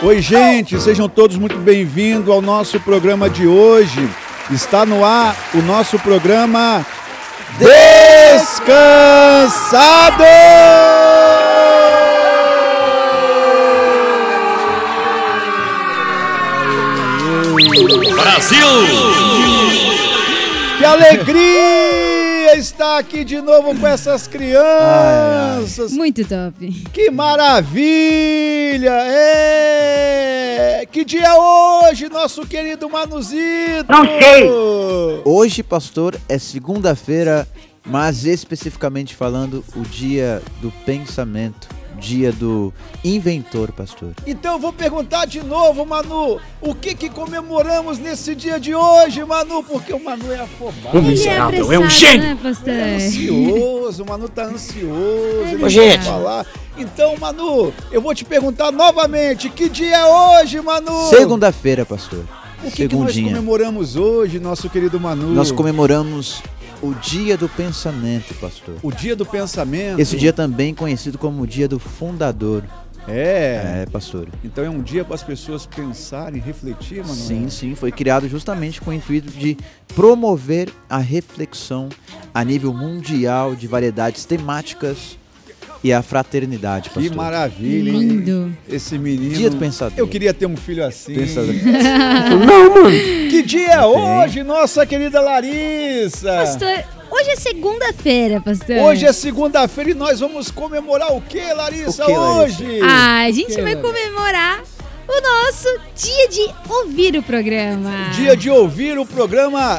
Oi, gente, sejam todos muito bem-vindos ao nosso programa de hoje. Está no ar o nosso programa Descansado! Brasil! Que alegria estar aqui de novo com essas crianças! Muito top! Que maravilha! Que dia é hoje, nosso querido Manuzito? Não sei! Hoje, pastor, é segunda-feira, mas especificamente falando, o dia do pensamento, dia do inventor, pastor. Então eu vou perguntar de novo, Manu, o que comemoramos nesse dia de hoje, Manu? Porque o Manu é afobado. O miserável é um gênio! Né, pastor? É ansioso, o Manu tá ansioso, ele gente. vai falar. Então, Manu, eu vou te perguntar novamente, que dia é hoje, Manu? Segunda-feira, pastor. O que nós comemoramos hoje, nosso querido Manu? Nós comemoramos o dia do pensamento, pastor. O dia do pensamento. Esse dia também conhecido como o dia do fundador. É, pastor. Então é um dia para as pessoas pensarem, refletir, Manu? Sim, foi criado justamente com o intuito de promover a reflexão a nível mundial de variedades temáticas e a fraternidade, pastor. Que maravilha, hein? Lindo. Esse menino. Dia do pensador. Eu queria ter um filho assim. Pensador. Não, mano! Que dia é hoje, nossa querida Larissa? Pastor, hoje é segunda-feira, pastor. Hoje é segunda-feira e nós vamos comemorar o que, Larissa, O quê, Larissa? hoje? A gente vai comemorar o nosso dia de ouvir o programa. Dia de ouvir o programa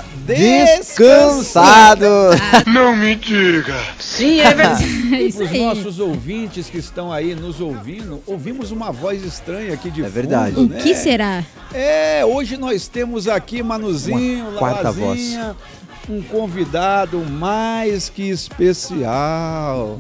Descansado. Não me diga! Sim, é verdade. É isso Para os aí. nossos ouvintes que estão aí nos ouvindo, ouvimos uma voz estranha aqui de fundo, verdade. O né? que será? Hoje nós temos aqui Manuzinho, Uma quarta Lalazinha, um convidado mais que especial.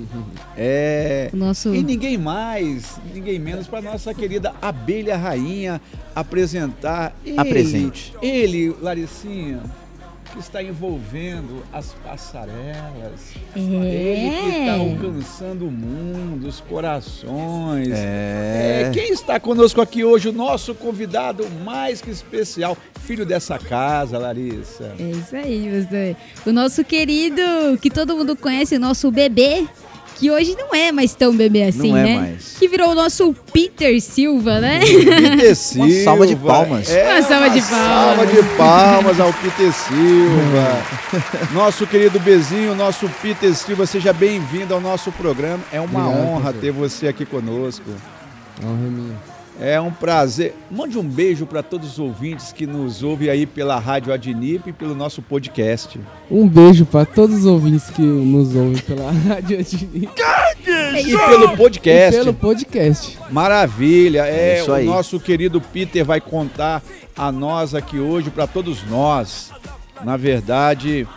O nosso... E ninguém mais, ninguém menos para nossa querida Abelha Rainha apresentar Apresente. ele, Laricinha, que está envolvendo as passarelas. Ele que está alcançando o mundo, os corações. Quem está conosco aqui hoje? O nosso convidado mais que especial, filho dessa casa, Larissa. É isso aí, pastor. O nosso querido, que todo mundo conhece, o nosso bebê, que hoje não é mais tão bebê assim, Não é né? mais. Que virou o nosso Peter Silva, né? Peter Silva. Uma salva de palmas. Uma salva de palmas. Salva de palmas ao Peter Silva. Nosso querido Bezinho, nosso Peter Silva, seja bem-vindo ao nosso programa. É uma honra ter você aqui conosco. Honra minha. É um prazer. Mande um beijo para todos os ouvintes que nos ouvem aí pela Rádio Adnip e pelo nosso podcast. Um beijo para todos os ouvintes que nos ouvem pela Rádio Adnip E pelo podcast. e pelo podcast. Maravilha. É isso O aí. nosso querido Peter vai contar a nós aqui hoje, para todos nós. Na verdade,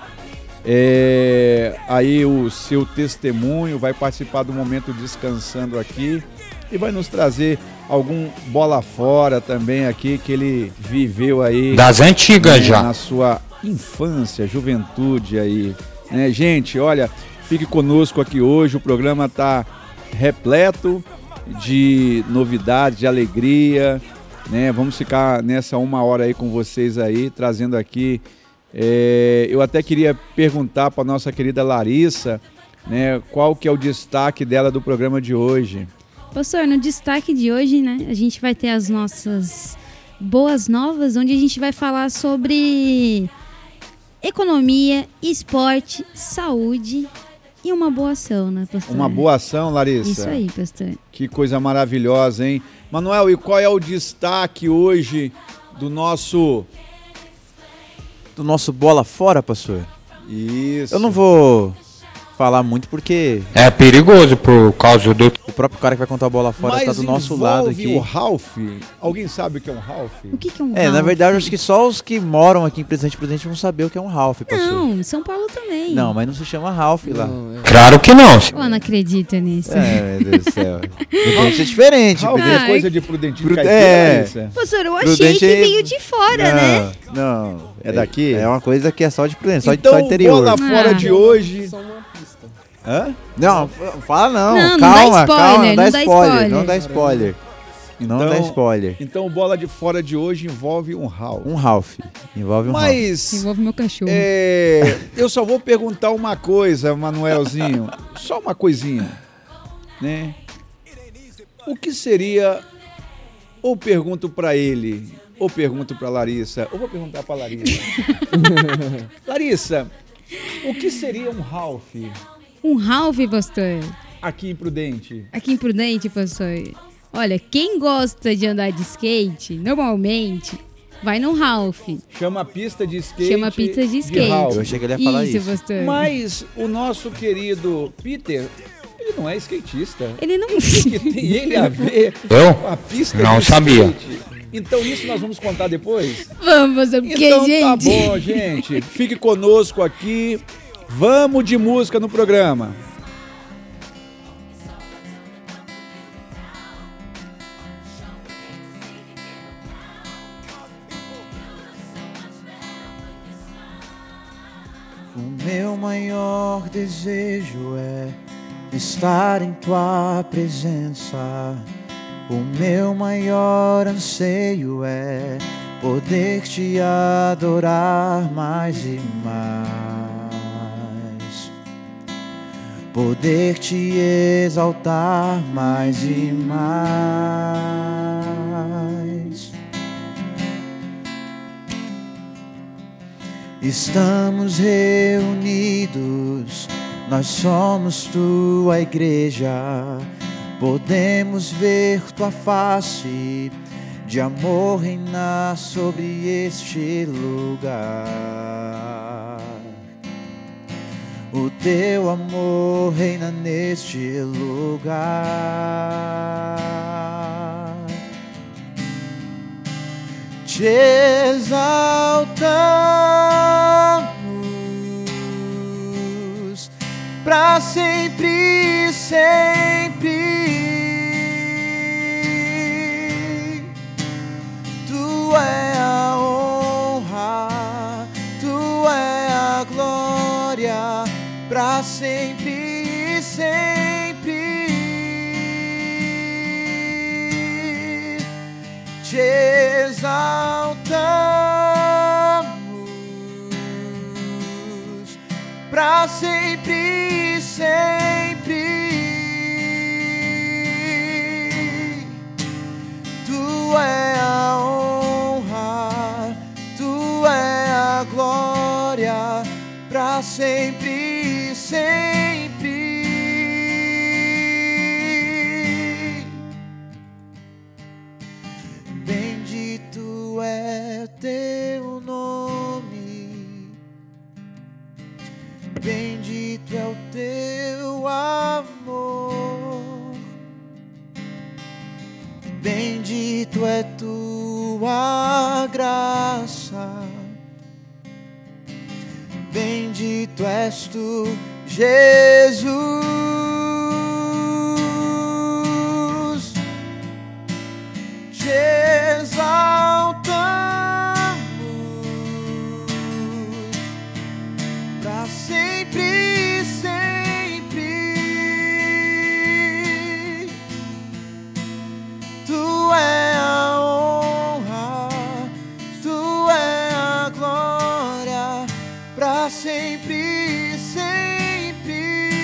aí o seu testemunho, vai participar do momento Descansando aqui e vai nos trazer algum bola fora também aqui que ele viveu aí Das antigas já. na sua infância, juventude aí, né, gente? Olha, fique conosco aqui hoje, o programa está repleto de novidades, de alegria, né? Vamos ficar nessa uma hora aí com vocês aí, trazendo aqui, eu até queria perguntar para nossa querida Larissa, né, qual que é o destaque dela do programa de hoje? Pastor, no destaque de hoje, né, a gente vai ter as nossas boas novas, onde a gente vai falar sobre economia, esporte, saúde e uma boa ação, né, pastor? Uma boa ação, Larissa? Isso aí, pastor. Que coisa maravilhosa, hein? Manuel, e qual é o destaque hoje do nosso... bola fora, pastor? Isso. Eu não vou falar muito porque É perigoso por causa do... o próprio cara que vai contar a bola fora tá do nosso lado aqui. o Ralph? Alguém sabe o que é um Ralph? O que é um Na Ralph? verdade, eu acho que só os que moram aqui em Presidente Prudente vão saber o que é um Ralph, pastor. Não, São Paulo também. Não, mas não se chama Ralph lá. Não, Claro que não. Eu não acredito nisso. Meu Deus do céu. Prudente é diferente. Ralph Prudente- é coisa de Prudentino Prud- Caipira, é. Larissa? Pastor, eu achei Prudente que é- veio de fora, né? Não. É daqui? É uma coisa que é só de Prudente, só Então, de interior. bola fora de hoje... Só uma pista. Hã? Não, fala não. Não, não calma, dá spoiler, calma, não dá não dá spoiler. spoiler. Não dá spoiler. Não dá spoiler. Então o Bola de Fora de hoje envolve um Ralph. Um Ralph. Envolve um Ralph. Mas Envolve meu cachorro. eu só vou perguntar uma coisa, Manuelzinho. Só uma coisinha, né? O que seria... Ou pergunto pra ele, ou pergunto pra Larissa, ou vou perguntar pra Larissa. Larissa, o que seria um Ralph Um Ralph, pastor. aqui em Prudente? Aqui em Prudente, pastor. Olha, quem gosta de andar de skate, normalmente, vai no Ralph. Chama pista de skate. Chama pista de skate. Ralph. Eu achei que ele ia falar isso. pastor. Mas o nosso querido Peter, ele não é skatista. Ele não... O que tem ele a ver Eu? com a pista Não de sabia. skate? Então isso nós vamos contar depois? Vamos, pastor, porque, Então gente... tá bom, gente. Fique conosco aqui. Vamos de música no programa. O meu maior desejo é estar em tua presença. O meu maior anseio é poder te adorar mais e mais, poder te exaltar mais e mais. Estamos reunidos, nós somos tua igreja. Podemos ver tua face, de amor reinar sobre este lugar. O teu amor reina neste lugar. Te exaltamos pra sempre, sempre. Tu é a honra, tu é a glória, pra sempre, sempre. Te exaltamos pra sempre, sempre. Tu é a honra, tu é a glória, pra sempre, sempre. Bendito é teu nome, bendito é o teu amor, bendito é tua graça, bendito és tu, Jesus. Te exaltamos pra sempre, sempre. Tu é a honra, tu é a glória, pra sempre, sempre.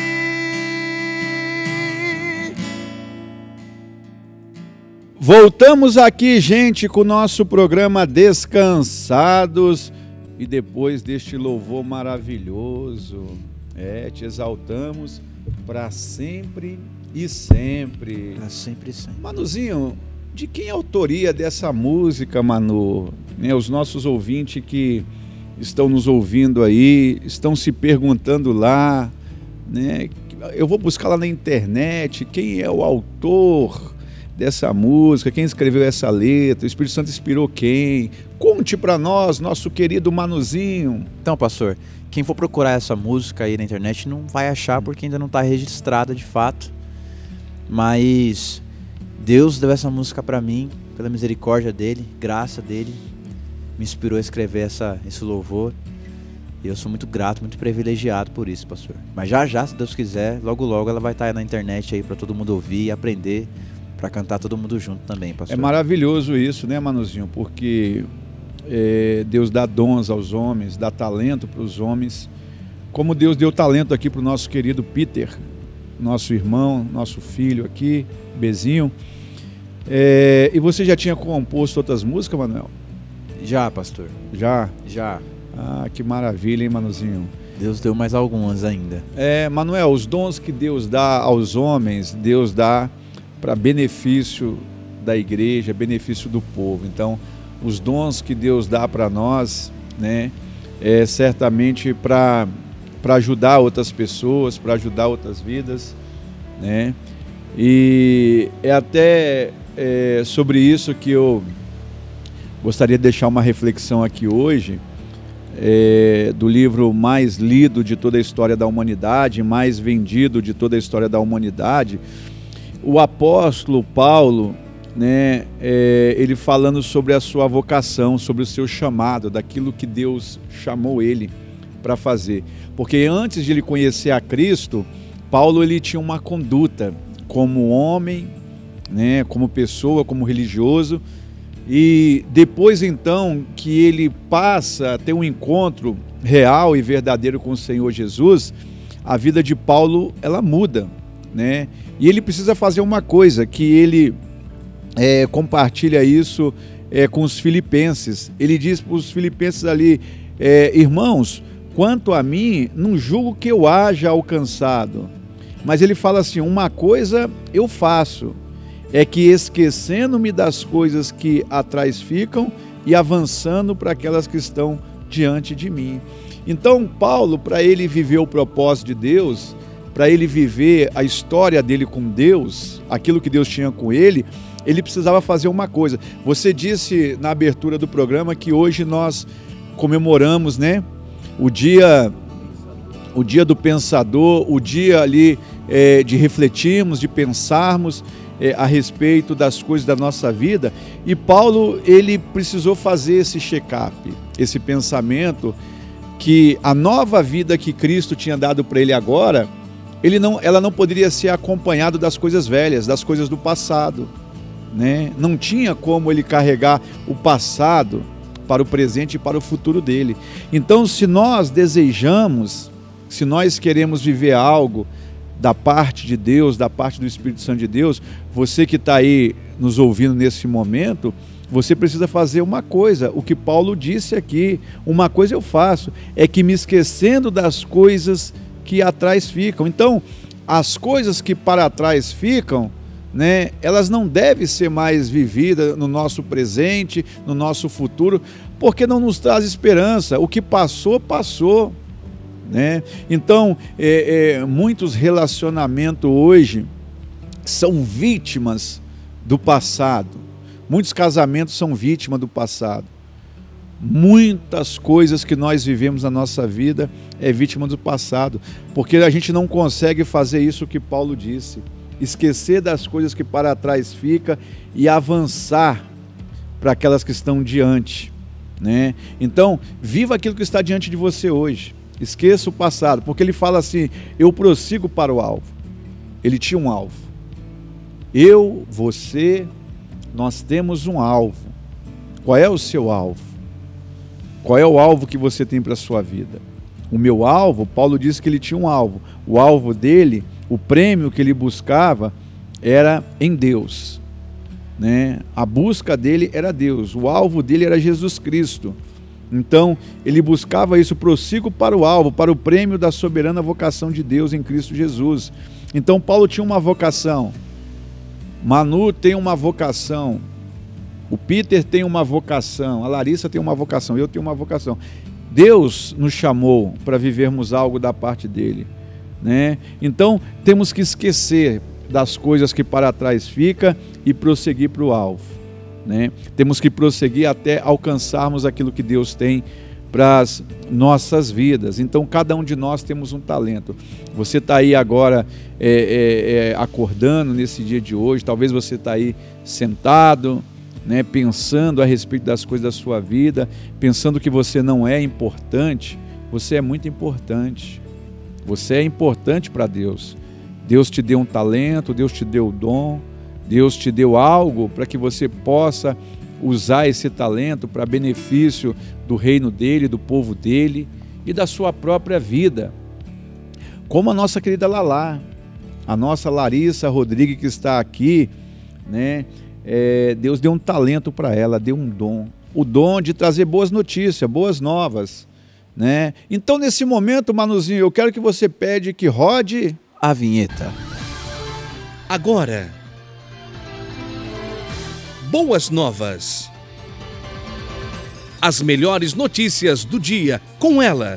Voltamos aqui, gente, com o nosso programa Descansados. E depois deste louvor maravilhoso, te exaltamos para sempre e sempre. Pra sempre, sempre. Manuzinho, de quem é a autoria dessa música, Manu? Os nossos ouvintes que estão nos ouvindo aí, estão se perguntando lá, né? Eu vou buscar lá na internet quem é o autor dessa música, quem escreveu essa letra, o Espírito Santo inspirou quem? Conte para nós, nosso querido Manuzinho. Então, pastor, quem for procurar essa música aí na internet não vai achar porque ainda não está registrada de fato. Mas Deus deu essa música para mim, pela misericórdia dele, graça dele, me inspirou a escrever esse louvor. E eu sou muito grato, muito privilegiado por isso, pastor. Mas já, se Deus quiser, logo ela vai estar aí na internet aí para todo mundo ouvir e aprender para cantar todo mundo junto também, pastor. É maravilhoso isso, né, Manuzinho? Porque Deus dá dons aos homens, dá talento para os homens, como Deus deu talento aqui para o nosso querido Peter, nosso irmão, nosso filho aqui, Bezinho. E você já tinha composto outras músicas, Manuel? Já, pastor. Já? Já. Ah, que maravilha, hein, Manuzinho? Deus deu mais algumas ainda. Manuel, os dons que Deus dá aos homens, Deus dá para benefício da igreja, benefício do povo. Então, os dons que Deus dá para nós, né, é certamente para ajudar outras pessoas, para ajudar outras vidas, né? E é até sobre isso que eu gostaria de deixar uma reflexão aqui hoje, do livro mais lido de toda a história da humanidade, mais vendido de toda a história da humanidade, o apóstolo Paulo, né, ele falando sobre a sua vocação, sobre o seu chamado, daquilo que Deus chamou ele para fazer. Porque antes de ele conhecer a Cristo, Paulo ele tinha uma conduta como homem, né, como pessoa, como religioso. E depois então que ele passa a ter um encontro real e verdadeiro com o Senhor Jesus, a vida de Paulo ela muda, né? E ele precisa fazer uma coisa, que ele compartilha isso com os filipenses. Ele diz para os filipenses ali, irmãos, quanto a mim, não julgo que eu haja alcançado, mas ele fala assim, uma coisa eu faço, é que esquecendo-me das coisas que atrás ficam e avançando para aquelas que estão diante de mim. Então Paulo, para ele viver o propósito de Deus, para ele viver a história dele com Deus, aquilo que Deus tinha com ele, ele precisava fazer uma coisa. Você disse na abertura do programa que hoje nós comemoramos, né, o dia do pensador, o dia ali de refletirmos, de pensarmos a respeito das coisas da nossa vida. E Paulo, ele precisou fazer esse check-up, esse pensamento que a nova vida que Cristo tinha dado para ele agora, ela não poderia ser acompanhada das coisas velhas, das coisas do passado, né? Não tinha como ele carregar o passado para o presente e para o futuro dele. Então, se nós desejamos, se nós queremos viver algo da parte de Deus, da parte do Espírito Santo de Deus, você que está aí nos ouvindo nesse momento, você precisa fazer uma coisa, o que Paulo disse aqui, uma coisa eu faço, é que me esquecendo das coisas que atrás ficam. Então, as coisas que para trás ficam, né, elas não devem ser mais vividas no nosso presente, no nosso futuro, porque não nos traz esperança. O que passou, passou, né? Então, muitos relacionamentos hoje são vítimas do passado. Muitos casamentos são vítimas do passado. Muitas coisas que nós vivemos na nossa vida é vítima do passado, porque a gente não consegue fazer isso que Paulo disse, esquecer das coisas que para trás fica e avançar para aquelas que estão diante, né? Então, viva aquilo que está diante de você hoje. Esqueça o passado, porque ele fala assim, eu prossigo para o alvo. Ele tinha um alvo. Eu, você, nós temos um alvo. Qual é o seu alvo? Qual é o alvo que você tem para a sua vida? O meu alvo, Paulo disse que ele tinha um alvo. O alvo dele, o prêmio que ele buscava era em Deus, né? A busca dele era Deus, o alvo dele era Jesus Cristo. Então, ele buscava isso, prossigo para o alvo, para o prêmio da soberana vocação de Deus em Cristo Jesus. Então, Paulo tinha uma vocação, Manu tem uma vocação, o Peter tem uma vocação, a Larissa tem uma vocação, eu tenho uma vocação. Deus nos chamou para vivermos algo da parte dele, né? Então, temos que esquecer das coisas que para trás ficam e prosseguir para o alvo, né? Temos que prosseguir até alcançarmos aquilo que Deus tem para as nossas vidas. Então, cada um de nós temos um talento. Você está aí agora acordando nesse dia de hoje, talvez você está aí sentado, né, pensando a respeito das coisas da sua vida, pensando que você não é importante. Você é muito importante. Você é importante para Deus. Deus te deu um talento, Deus te deu o dom, Deus te deu algo para que você possa usar esse talento para benefício do reino dele, do povo dele e da sua própria vida. Como a nossa querida Lalá, a nossa Larissa Rodrigues que está aqui, né? Deus deu um talento para ela, deu um dom. O dom de trazer boas notícias, boas novas, né? Então, nesse momento, Manuzinho, eu quero que você pede que rode A vinheta. Agora, boas novas. As melhores notícias do dia com ela.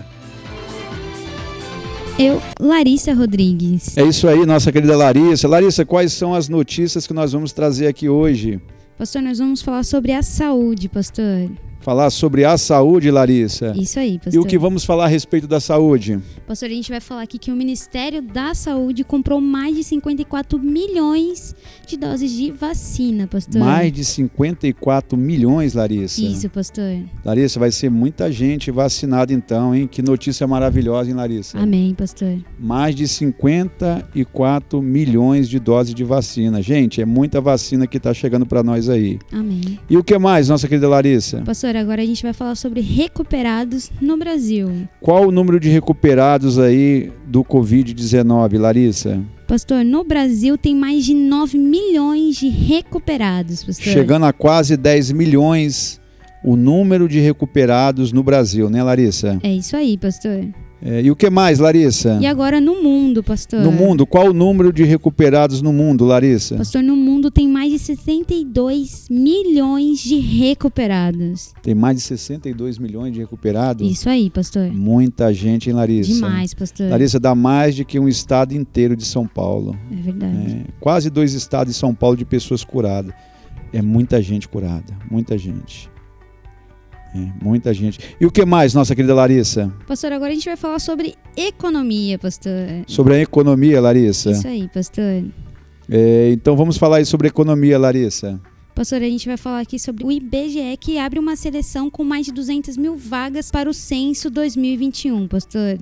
Eu, Larissa Rodrigues. É isso aí, nossa querida Larissa. Larissa, quais são as notícias que nós vamos trazer aqui hoje? Pastor, nós vamos falar sobre a saúde, pastor. Falar sobre a saúde, Larissa. Isso aí, pastor. E o que vamos falar a respeito da saúde? Pastor, a gente vai falar aqui que o Ministério da Saúde comprou mais de 54 milhões de doses de vacina, pastor. Mais de 54 milhões, Larissa. Isso, pastor. Larissa, vai ser muita gente vacinada então, hein? Que notícia maravilhosa, hein, Larissa? Amém, pastor. Mais de 54 milhões de doses de vacina. Gente, é muita vacina que está chegando para nós aí. Amém. E o que mais, nossa querida Larissa? Pastor, agora a gente vai falar sobre recuperados no Brasil. Qual o número de recuperados aí do Covid-19, Larissa? Pastor, no Brasil tem mais de 9 milhões de recuperados, pastor. Chegando a quase 10 milhões o número de recuperados no Brasil, né, Larissa? É isso aí, pastor. E o que mais, Larissa? E agora no mundo, pastor? No mundo, qual o número de recuperados no mundo, Larissa? Pastor, no mundo tem mais de 62 milhões de recuperados. Tem mais de 62 milhões de recuperados? Isso aí, pastor. Muita gente, hein, Larissa? Demais, pastor. Larissa, dá mais de que um estado inteiro de São Paulo. É verdade. Quase 2 estados de São Paulo de pessoas curadas. É muita gente curada, muita gente. Muita gente. E o que mais, nossa querida Larissa? Pastor, agora a gente vai falar sobre economia, pastor. Sobre a economia, Larissa? Isso aí, pastor. Então vamos falar aí sobre economia, Larissa. Pastor, a gente vai falar aqui sobre o IBGE, que abre uma seleção com mais de 200 mil vagas para o censo 2021, pastor.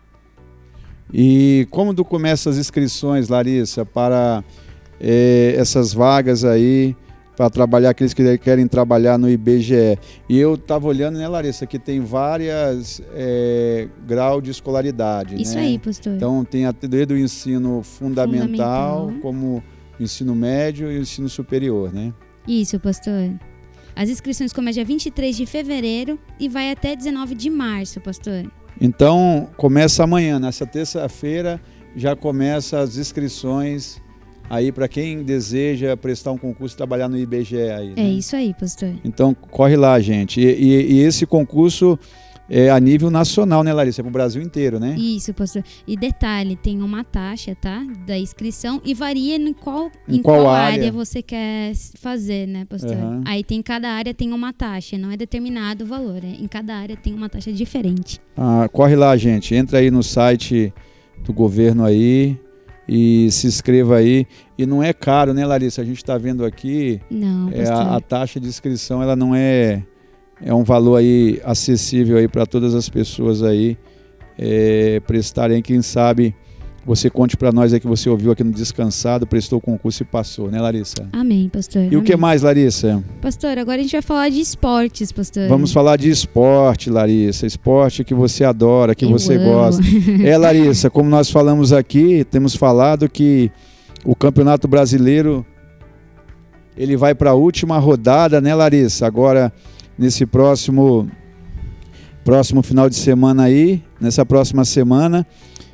E como começam as inscrições, Larissa, para essas vagas aí, para trabalhar, aqueles que querem trabalhar no IBGE? E eu estava olhando, né, Larissa, que tem várias graus de escolaridade. Isso, né? Aí, pastor. Então tem desde o ensino fundamental, como o ensino médio e o ensino superior, né? Isso, pastor. As inscrições começam dia 23 de fevereiro e vai até 19 de março, pastor. Então começa amanhã, nessa terça-feira, já começa as inscrições aí para quem deseja prestar um concurso e trabalhar no IBGE aí, né? É isso aí, pastor. Então corre lá, gente. E esse concurso é a nível nacional, né, Larissa? É para o Brasil inteiro, né? Isso, pastor. E detalhe, tem uma taxa, tá? Da inscrição e varia em qual área você quer fazer, né, pastor? Uhum. Aí cada área tem uma taxa, não é determinado o valor. Em cada área tem uma taxa diferente. Corre lá, gente. Entra aí no site do governo aí e se inscreva aí. E não é caro, né, Larissa? A gente está vendo aqui. Não, pastor. A taxa de inscrição, ela não é um valor aí acessível aí para todas as pessoas aí prestarem. Quem sabe você conte para nós aí que você ouviu aqui no Descansado, prestou o concurso e passou, né, Larissa? Amém, pastor. E o que mais, Larissa? Pastor, agora a gente vai falar de esportes, pastor. Vamos falar de esporte, Larissa. Esporte que você adora, que você gosta. Larissa, como nós falamos aqui, temos falado que o Campeonato Brasileiro ele vai para a última rodada, né, Larissa? Agora, nesse próximo final de semana aí, nessa próxima semana,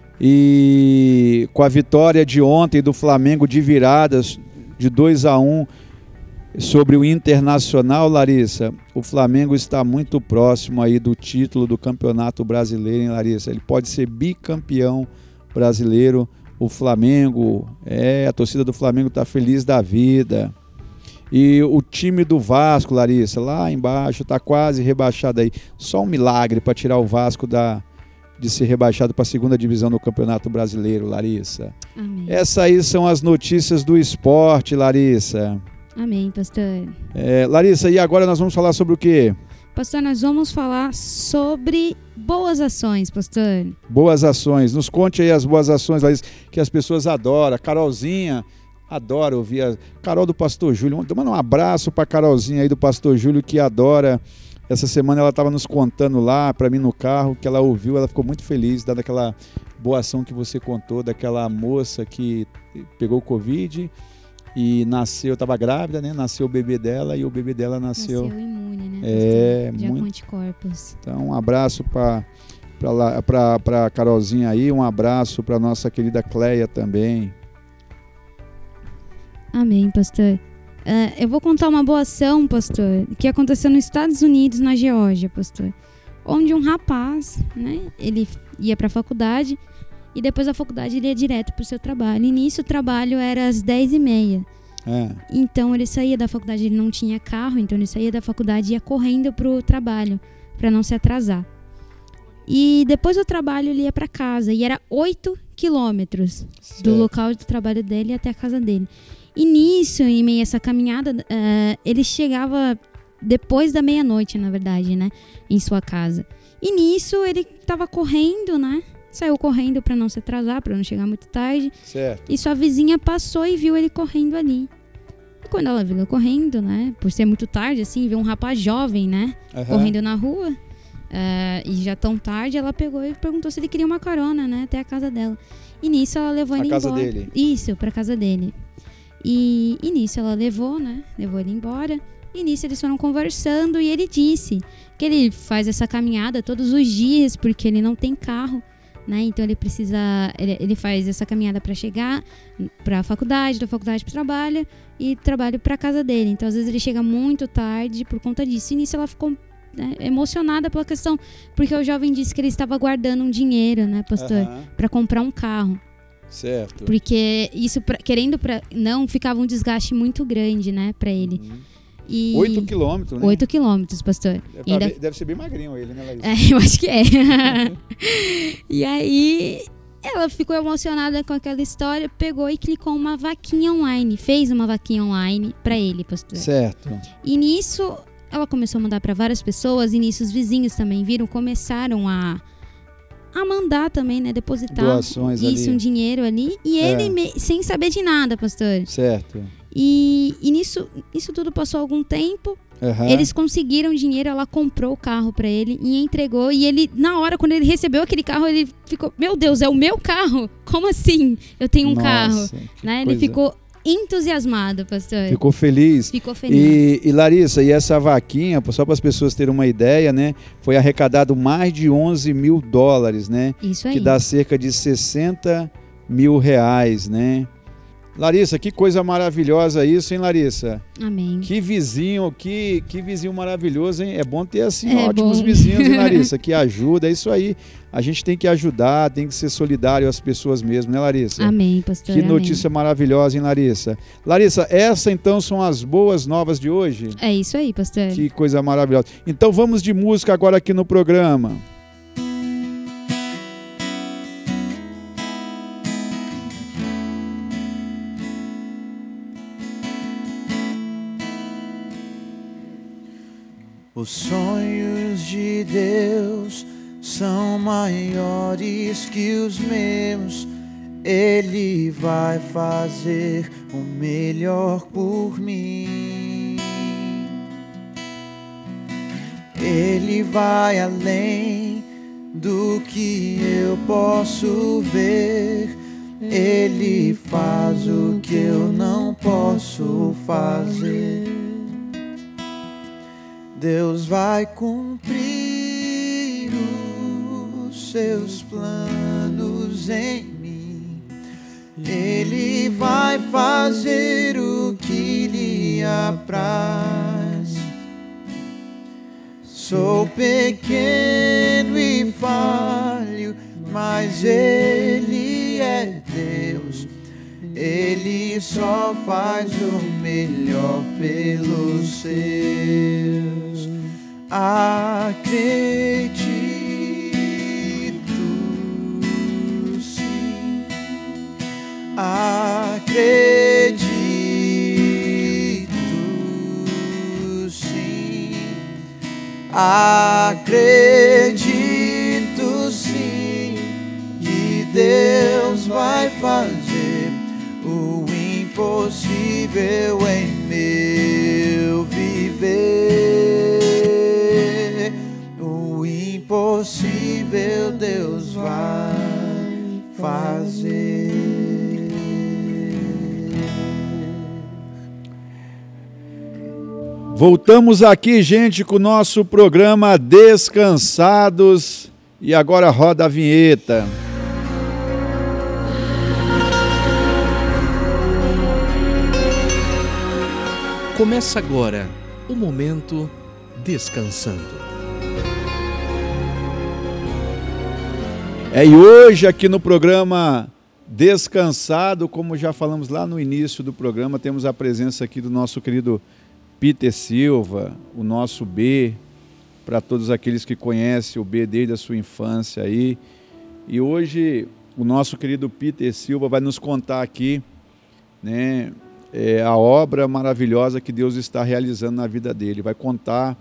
e com a vitória de ontem do Flamengo de viradas de 2-1 sobre o Internacional, Larissa, o Flamengo está muito próximo aí do título do Campeonato Brasileiro, hein, Larissa? Ele pode ser bicampeão brasileiro. O Flamengo, a torcida do Flamengo está feliz da vida. E o time do Vasco, Larissa, lá embaixo, está quase rebaixado aí. Só um milagre para tirar o Vasco de ser rebaixado para a segunda divisão do Campeonato Brasileiro, Larissa. Amém. Essas aí são as notícias do esporte, Larissa. Amém, pastor. Larissa, e agora nós vamos falar sobre o quê? Pastor, nós vamos falar sobre boas ações, pastor. Boas ações. Nos conte aí as boas ações, Larissa, que as pessoas adoram. A Carolzinha adora ouvir a Carol do Pastor Júlio. Manda um abraço para a Carolzinha aí do Pastor Júlio, que adora. Essa semana ela estava nos contando lá para mim no carro, que ela ouviu, ela ficou muito feliz, dada aquela boa ação que você contou, daquela moça que pegou Covid e nasceu, estava grávida, né? Nasceu o bebê dela e o bebê dela nasceu imune, né? Já muito... com anticorpos. Então, um abraço para a Carolzinha aí, um abraço para nossa querida Cleia também. Amém, pastor. Eu vou contar uma boa ação, pastor, que aconteceu nos Estados Unidos, na Geórgia, pastor. Onde um rapaz, né, ele ia para a faculdade e depois da faculdade ele ia direto para o seu trabalho. E nisso o trabalho era às 10h30. Então ele saía da faculdade, ele não tinha carro, então ele saía da faculdade e ia correndo para o trabalho, para não se atrasar. E depois do trabalho ele ia para casa e era 8 quilômetros do local do trabalho dele até a casa dele. E nisso, em meio a essa caminhada, ele chegava depois da meia-noite, na verdade, né? Em sua casa. E nisso ele estava correndo, né? Saiu correndo para não se atrasar, para não chegar muito tarde. Certo. E sua vizinha passou e viu ele correndo ali. E quando ela viu ele correndo, né? Por ser muito tarde, assim, viu um rapaz jovem, né? Correndo na rua. E já tão tarde, ela pegou e perguntou se ele queria uma carona, né? Até a casa dela. E nisso ela levou ele embora. Pra casa dele? Isso, pra casa dele. E nisso ela levou, né? Levou ele embora. E nisso eles foram conversando e ele disse que ele faz essa caminhada todos os dias porque ele não tem carro, né? Então ele faz essa caminhada para chegar para a faculdade, da faculdade para o trabalho e trabalho para a casa dele. Então às vezes ele chega muito tarde por conta disso. E nisso ela ficou, né, emocionada pela questão, porque o jovem disse que ele estava guardando um dinheiro, né, pastor, para comprar um carro. Certo. Porque isso, não ficava um desgaste muito grande, né, para ele. 8 quilômetros, né? 8 quilômetros, pastor. Deve ser bem magrinho ele, né, Larissa? Eu acho que é. E aí, ela ficou emocionada com aquela história, pegou e clicou uma vaquinha online, fez uma vaquinha online para ele, pastor. Certo. E nisso, ela começou a mandar para várias pessoas, e nisso os vizinhos também viram, começaram a mandar também, né, depositar doações isso, ali. Um dinheiro ali, e ele sem saber de nada, pastor. Certo. E nisso tudo passou algum tempo, eles conseguiram dinheiro, ela comprou o carro pra ele e entregou, e ele, na hora, quando ele recebeu aquele carro, ele ficou, meu Deus, é o meu carro? Como assim? Eu tenho um carro, né? Ele ficou entusiasmado, pastor. Ficou feliz. Ficou feliz. E Larissa, e essa vaquinha, só para as pessoas terem uma ideia, né? Foi arrecadado mais de 11 mil dólares, né? Isso aí. Que dá cerca de 60 mil reais, né? Larissa, que coisa maravilhosa isso, hein, Larissa? Amém. Que vizinho maravilhoso, hein? É bom ter, assim, ótimos vizinhos, hein, Larissa? Que ajuda, é isso aí. A gente tem que ajudar, tem que ser solidário às pessoas mesmo, né, Larissa? Amém, pastor. Que notícia maravilhosa, hein, Larissa? Larissa, essa então são as boas novas de hoje? É isso aí, pastor. Que coisa maravilhosa. Então vamos de música agora aqui no programa. Os sonhos de Deus são maiores que os meus. Ele vai fazer o melhor por mim. Ele vai além do que eu posso ver. Ele faz o que eu não posso fazer. Deus vai cumprir os seus planos em mim. Ele vai fazer o que lhe apraz. Sou pequeno e falho, mas Ele é Deus. Ele só faz o melhor pelos seus. Acredito, sim. Acredito, sim. Acredito, sim, que Deus vai fazer o impossível impossível em meu viver. O impossível Deus vai fazer. Voltamos aqui, gente, com o nosso programa Descansados. E agora roda a vinheta. Começa agora o Momento Descansando. E hoje aqui no programa Descansado, como já falamos lá no início do programa, temos a presença aqui do nosso querido Peter Silva, o nosso B, para todos aqueles que conhecem o B desde a sua infância aí. E hoje o nosso querido Peter Silva vai nos contar aqui, né, a obra maravilhosa que Deus está realizando na vida dele. Vai contar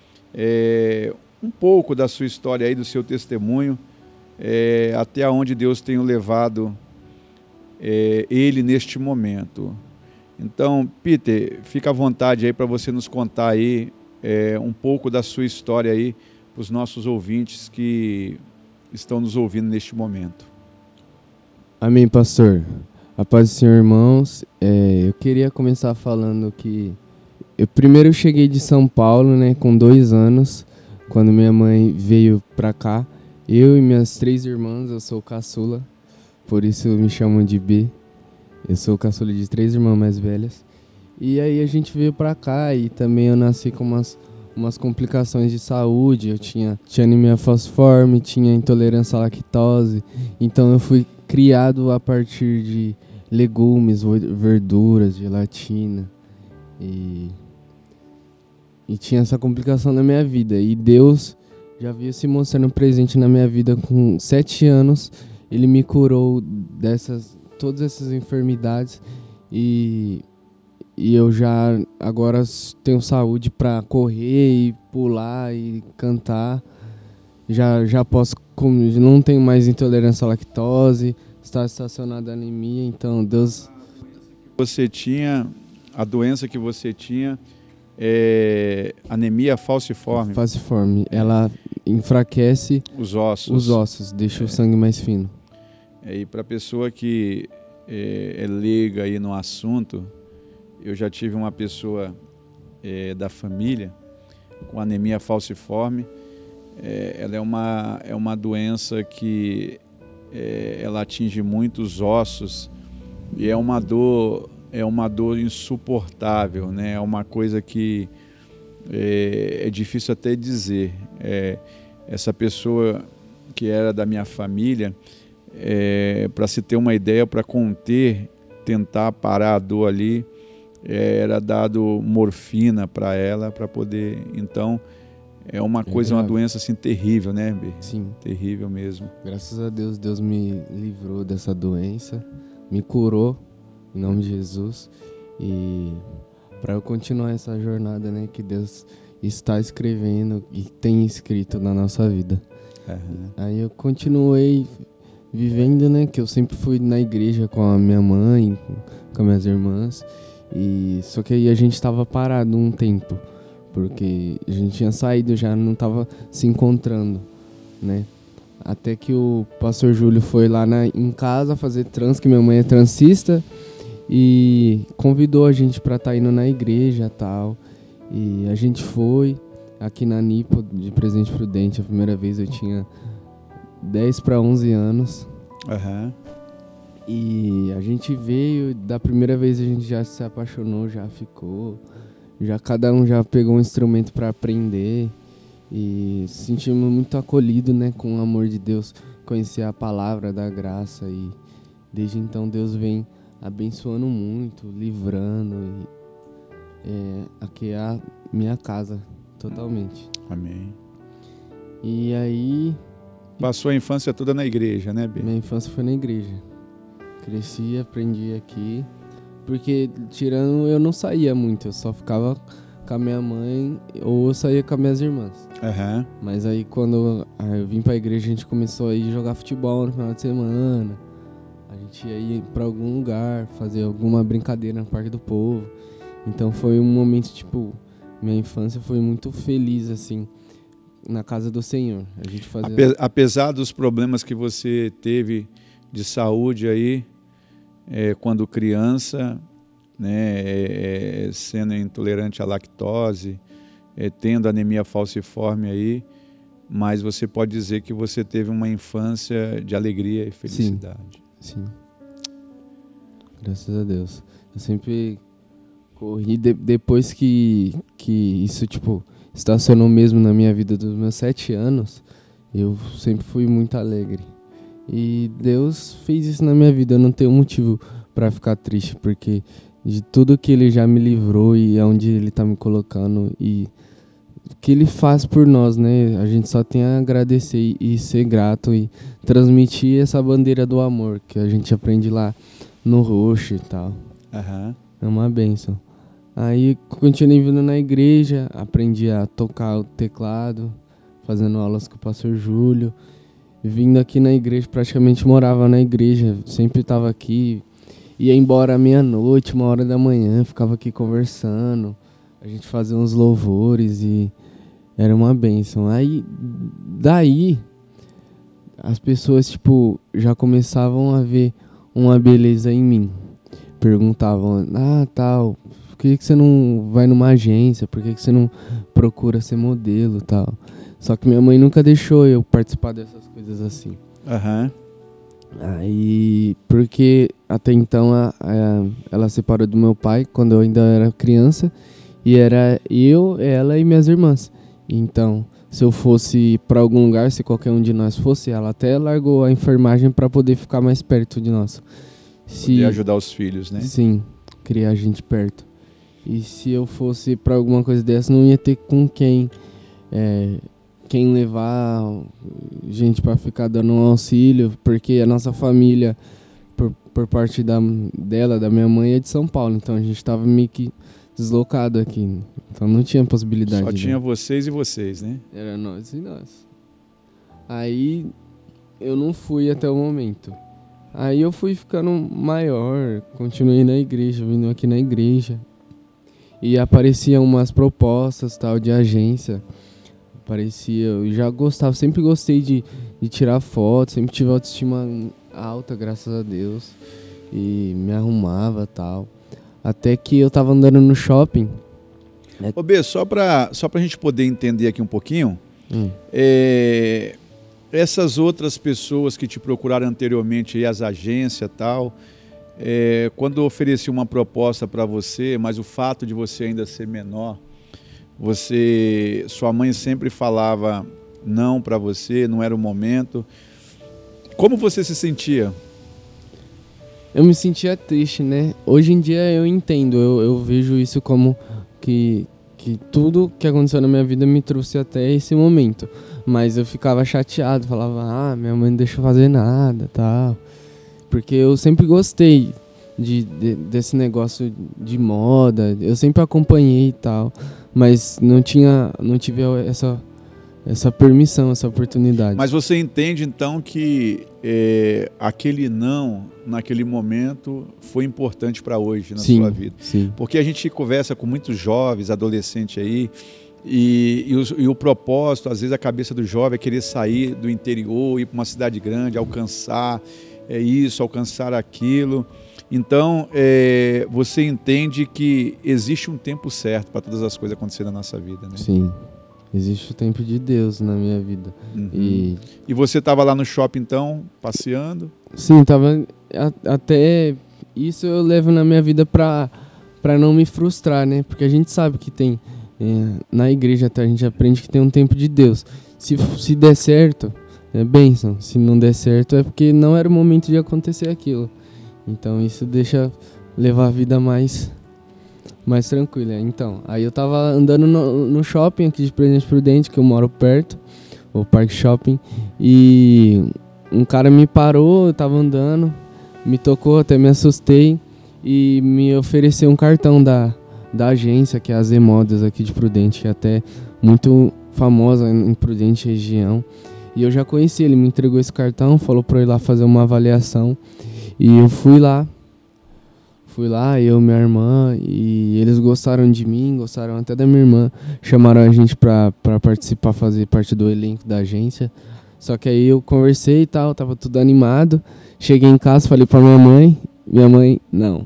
um pouco da sua história aí, do seu testemunho, até onde Deus tem o levado ele neste momento. Então, Peter, fica à vontade aí para você nos contar aí um pouco da sua história aí para os nossos ouvintes que estão nos ouvindo neste momento. Amém, pastor. A paz do Senhor, irmãos. Eu queria começar falando que eu primeiro cheguei de São Paulo, né, com 2 anos, quando minha mãe veio para cá. Eu e minhas 3 irmãs, eu sou caçula, por isso me chamam de B. Eu sou caçula de 3 irmãs mais velhas. E aí a gente veio pra cá e também eu nasci com umas complicações de saúde. Eu tinha anemia falciforme, tinha intolerância à lactose. Então eu fui criado a partir de legumes, verduras, gelatina. E tinha essa complicação na minha vida. E Deus já veio se mostrando presente na minha vida com 7 anos. Ele me curou todas essas enfermidades e eu já agora tenho saúde para correr e pular e cantar. Já posso comer, não tenho mais intolerância à lactose, está estacionada a anemia, então Deus... A doença que você tinha é anemia falciforme. Falciforme, ela enfraquece os ossos, deixa o sangue mais fino. E para a pessoa que é leiga aí no assunto, eu já tive uma pessoa da família com anemia falciforme. Ela é uma doença que ela atinge muitos ossos e é uma dor insuportável, né? É uma coisa que é difícil até dizer. Essa pessoa que era da minha família, para se ter uma ideia, para tentar parar a dor ali, era dado morfina para ela, para poder... Então, é uma coisa, uma doença assim terrível, né, B? Sim. Terrível mesmo. Graças a Deus, Deus me livrou dessa doença, me curou, em nome de Jesus. E para eu continuar essa jornada, né, que Deus está escrevendo e tem escrito na nossa vida. Uhum. Aí eu continuei vivendo, né, que eu sempre fui na igreja com a minha mãe, com as minhas irmãs, só que aí a gente estava parado um tempo, porque a gente tinha saído, já não estava se encontrando, né, até que o pastor Júlio foi lá em casa fazer trans, que minha mãe é transista, e convidou a gente para estar indo na igreja e tal, e a gente foi aqui na Nipo, de Presidente Prudente. A primeira vez eu tinha 10 para 11 anos. Uhum. E a gente veio, da primeira vez a gente já se apaixonou, já ficou. Cada um já pegou um instrumento para aprender. E sentimos muito acolhido, né, com o amor de Deus. Conhecer a palavra da graça. E desde então Deus vem abençoando muito, livrando. E aqui é a minha casa, totalmente. Amém. E aí... Passou a infância toda na igreja, né, B? Minha infância foi na igreja. Cresci, aprendi aqui. Porque, tirando, eu não saía muito. Eu só ficava com a minha mãe ou eu saía com as minhas irmãs. Uhum. Mas aí, quando eu vim pra igreja, a gente começou a ir jogar futebol no final de semana. A gente ia ir pra algum lugar, fazer alguma brincadeira no Parque do Povo. Então foi um momento, tipo, minha infância foi muito feliz, assim, na casa do Senhor. A gente fazia... Apesar dos problemas que você teve de saúde aí, quando criança, né, sendo intolerante à lactose, tendo anemia falciforme aí, mas você pode dizer que você teve uma infância de alegria e felicidade. Sim. Graças a Deus. Eu sempre corri depois que isso, tipo, estacionou mesmo na minha vida dos meus 7 anos, eu sempre fui muito alegre. E Deus fez isso na minha vida, eu não tenho motivo para ficar triste, porque de tudo que Ele já me livrou e aonde Ele tá me colocando e o que Ele faz por nós, né? A gente só tem a agradecer e ser grato e transmitir essa bandeira do amor que a gente aprende lá no Roxo e tal. Uhum. É uma bênção. Aí continuei vindo na igreja, aprendi a tocar o teclado, fazendo aulas com o pastor Júlio. Vindo aqui na igreja, praticamente morava na igreja, sempre estava aqui. Ia embora à meia-noite, 1h da manhã, ficava aqui conversando. A gente fazia uns louvores e era uma bênção. Aí, daí, as pessoas, tipo, já começavam a ver uma beleza em mim. Perguntavam, tal, por que você não vai numa agência? Por que você não procura ser modelo, tal? Só que minha mãe nunca deixou eu participar dessas coisas assim. Uhum. Aí, porque até então ela separou do meu pai quando eu ainda era criança. E era eu, ela e minhas irmãs. Então, se eu fosse pra algum lugar, se qualquer um de nós fosse, ela até largou a enfermagem pra poder ficar mais perto de nós. Poder ajudar os filhos, né? Sim, criar a gente perto. E se eu fosse pra alguma coisa dessa, não ia ter com quem levar gente pra ficar dando um auxílio, porque a nossa família, por parte da minha mãe, é de São Paulo, então a gente tava meio que deslocado aqui, então não tinha possibilidade. Só tinha vocês e vocês, né? Era nós e nós. Aí eu não fui até o momento. Aí eu fui ficando maior, continuei na igreja, vindo aqui na igreja. E apareciam umas propostas tal de agência. Eu já gostava, sempre gostei de tirar fotos, sempre tive autoestima alta, graças a Deus. E me arrumava tal. Até que eu tava andando no shopping. Ô B, só pra gente poder entender aqui um pouquinho, essas outras pessoas que te procuraram anteriormente, aí, as agências e tal, quando ofereci uma proposta para você, mas o fato de você ainda ser menor, sua mãe sempre falava não para você, não era o momento. Como você se sentia? Eu me sentia triste, né? Hoje em dia eu entendo, eu vejo isso como que tudo que aconteceu na minha vida me trouxe até esse momento. Mas eu ficava chateado, falava, minha mãe não deixa eu fazer nada, tal. Porque eu sempre gostei desse negócio de moda, eu sempre acompanhei e tal. Mas não tive essa permissão, essa oportunidade. Mas você entende então que aquele não, naquele momento, foi importante para hoje na sua vida? Sim. Porque a gente conversa com muitos jovens, adolescentes aí, e o propósito, às vezes a cabeça do jovem é querer sair do interior, ir para uma cidade grande, alcançar isso, alcançar aquilo. Então, você entende que existe um tempo certo para todas as coisas acontecerem na nossa vida, né? Sim. Existe o tempo de Deus na minha vida. Uhum. E você estava lá no shopping, então, passeando? Sim, tava. Até isso eu levo na minha vida pra não me frustrar, né? Porque a gente sabe que tem. Na igreja até a gente aprende que tem um tempo de Deus. Se der certo, é bênção. Se não der certo, é porque não era o momento de acontecer aquilo. Então isso deixa levar a vida mais tranquila. Então, aí eu tava andando no shopping aqui de Presidente Prudente, que eu moro perto, o Parque Shopping, e um cara me parou, eu tava andando, me tocou, até me assustei, e me ofereceu um cartão da agência, que é a Z Modas aqui de Prudente, que é até muito famosa em Prudente região. E eu já conheci, ele me entregou esse cartão, falou pra eu ir lá fazer uma avaliação. E eu fui lá, eu e minha irmã, e eles gostaram de mim, gostaram até da minha irmã, chamaram a gente pra participar, fazer parte do elenco da agência. Só que aí eu conversei e tal, tava tudo animado, cheguei em casa, falei pra minha mãe, não,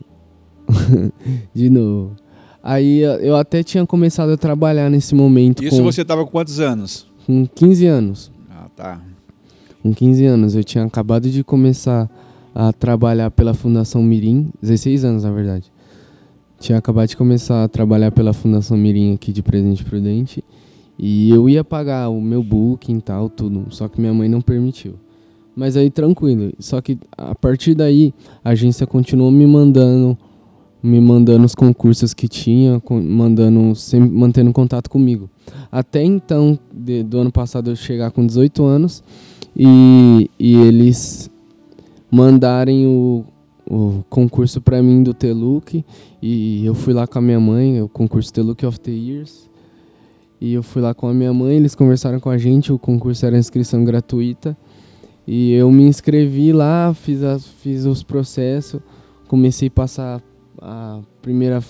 de novo. Aí eu até tinha começado a trabalhar nesse momento. Isso você tava com quantos anos? Com 15 anos. Ah, tá. Com 15 anos, eu tinha acabado de começar a trabalhar pela Fundação Mirim, 16 anos na verdade. Tinha acabado de começar a trabalhar pela Fundação Mirim aqui de Presidente Prudente e eu ia pagar o meu booking e tal, tudo, só que minha mãe não permitiu. Mas aí tranquilo, só que a partir daí a agência continuou me mandando os concursos que tinha, sempre mantendo contato comigo. Até então, do ano passado eu chegar com 18 anos e eles mandarem o concurso para mim do TELUC, e eu fui lá com a minha mãe, o concurso TELUC of the Years, e eu fui lá com a minha mãe, eles conversaram com a gente, o concurso era inscrição gratuita, e eu me inscrevi lá, fiz os processos, comecei a passar a primeira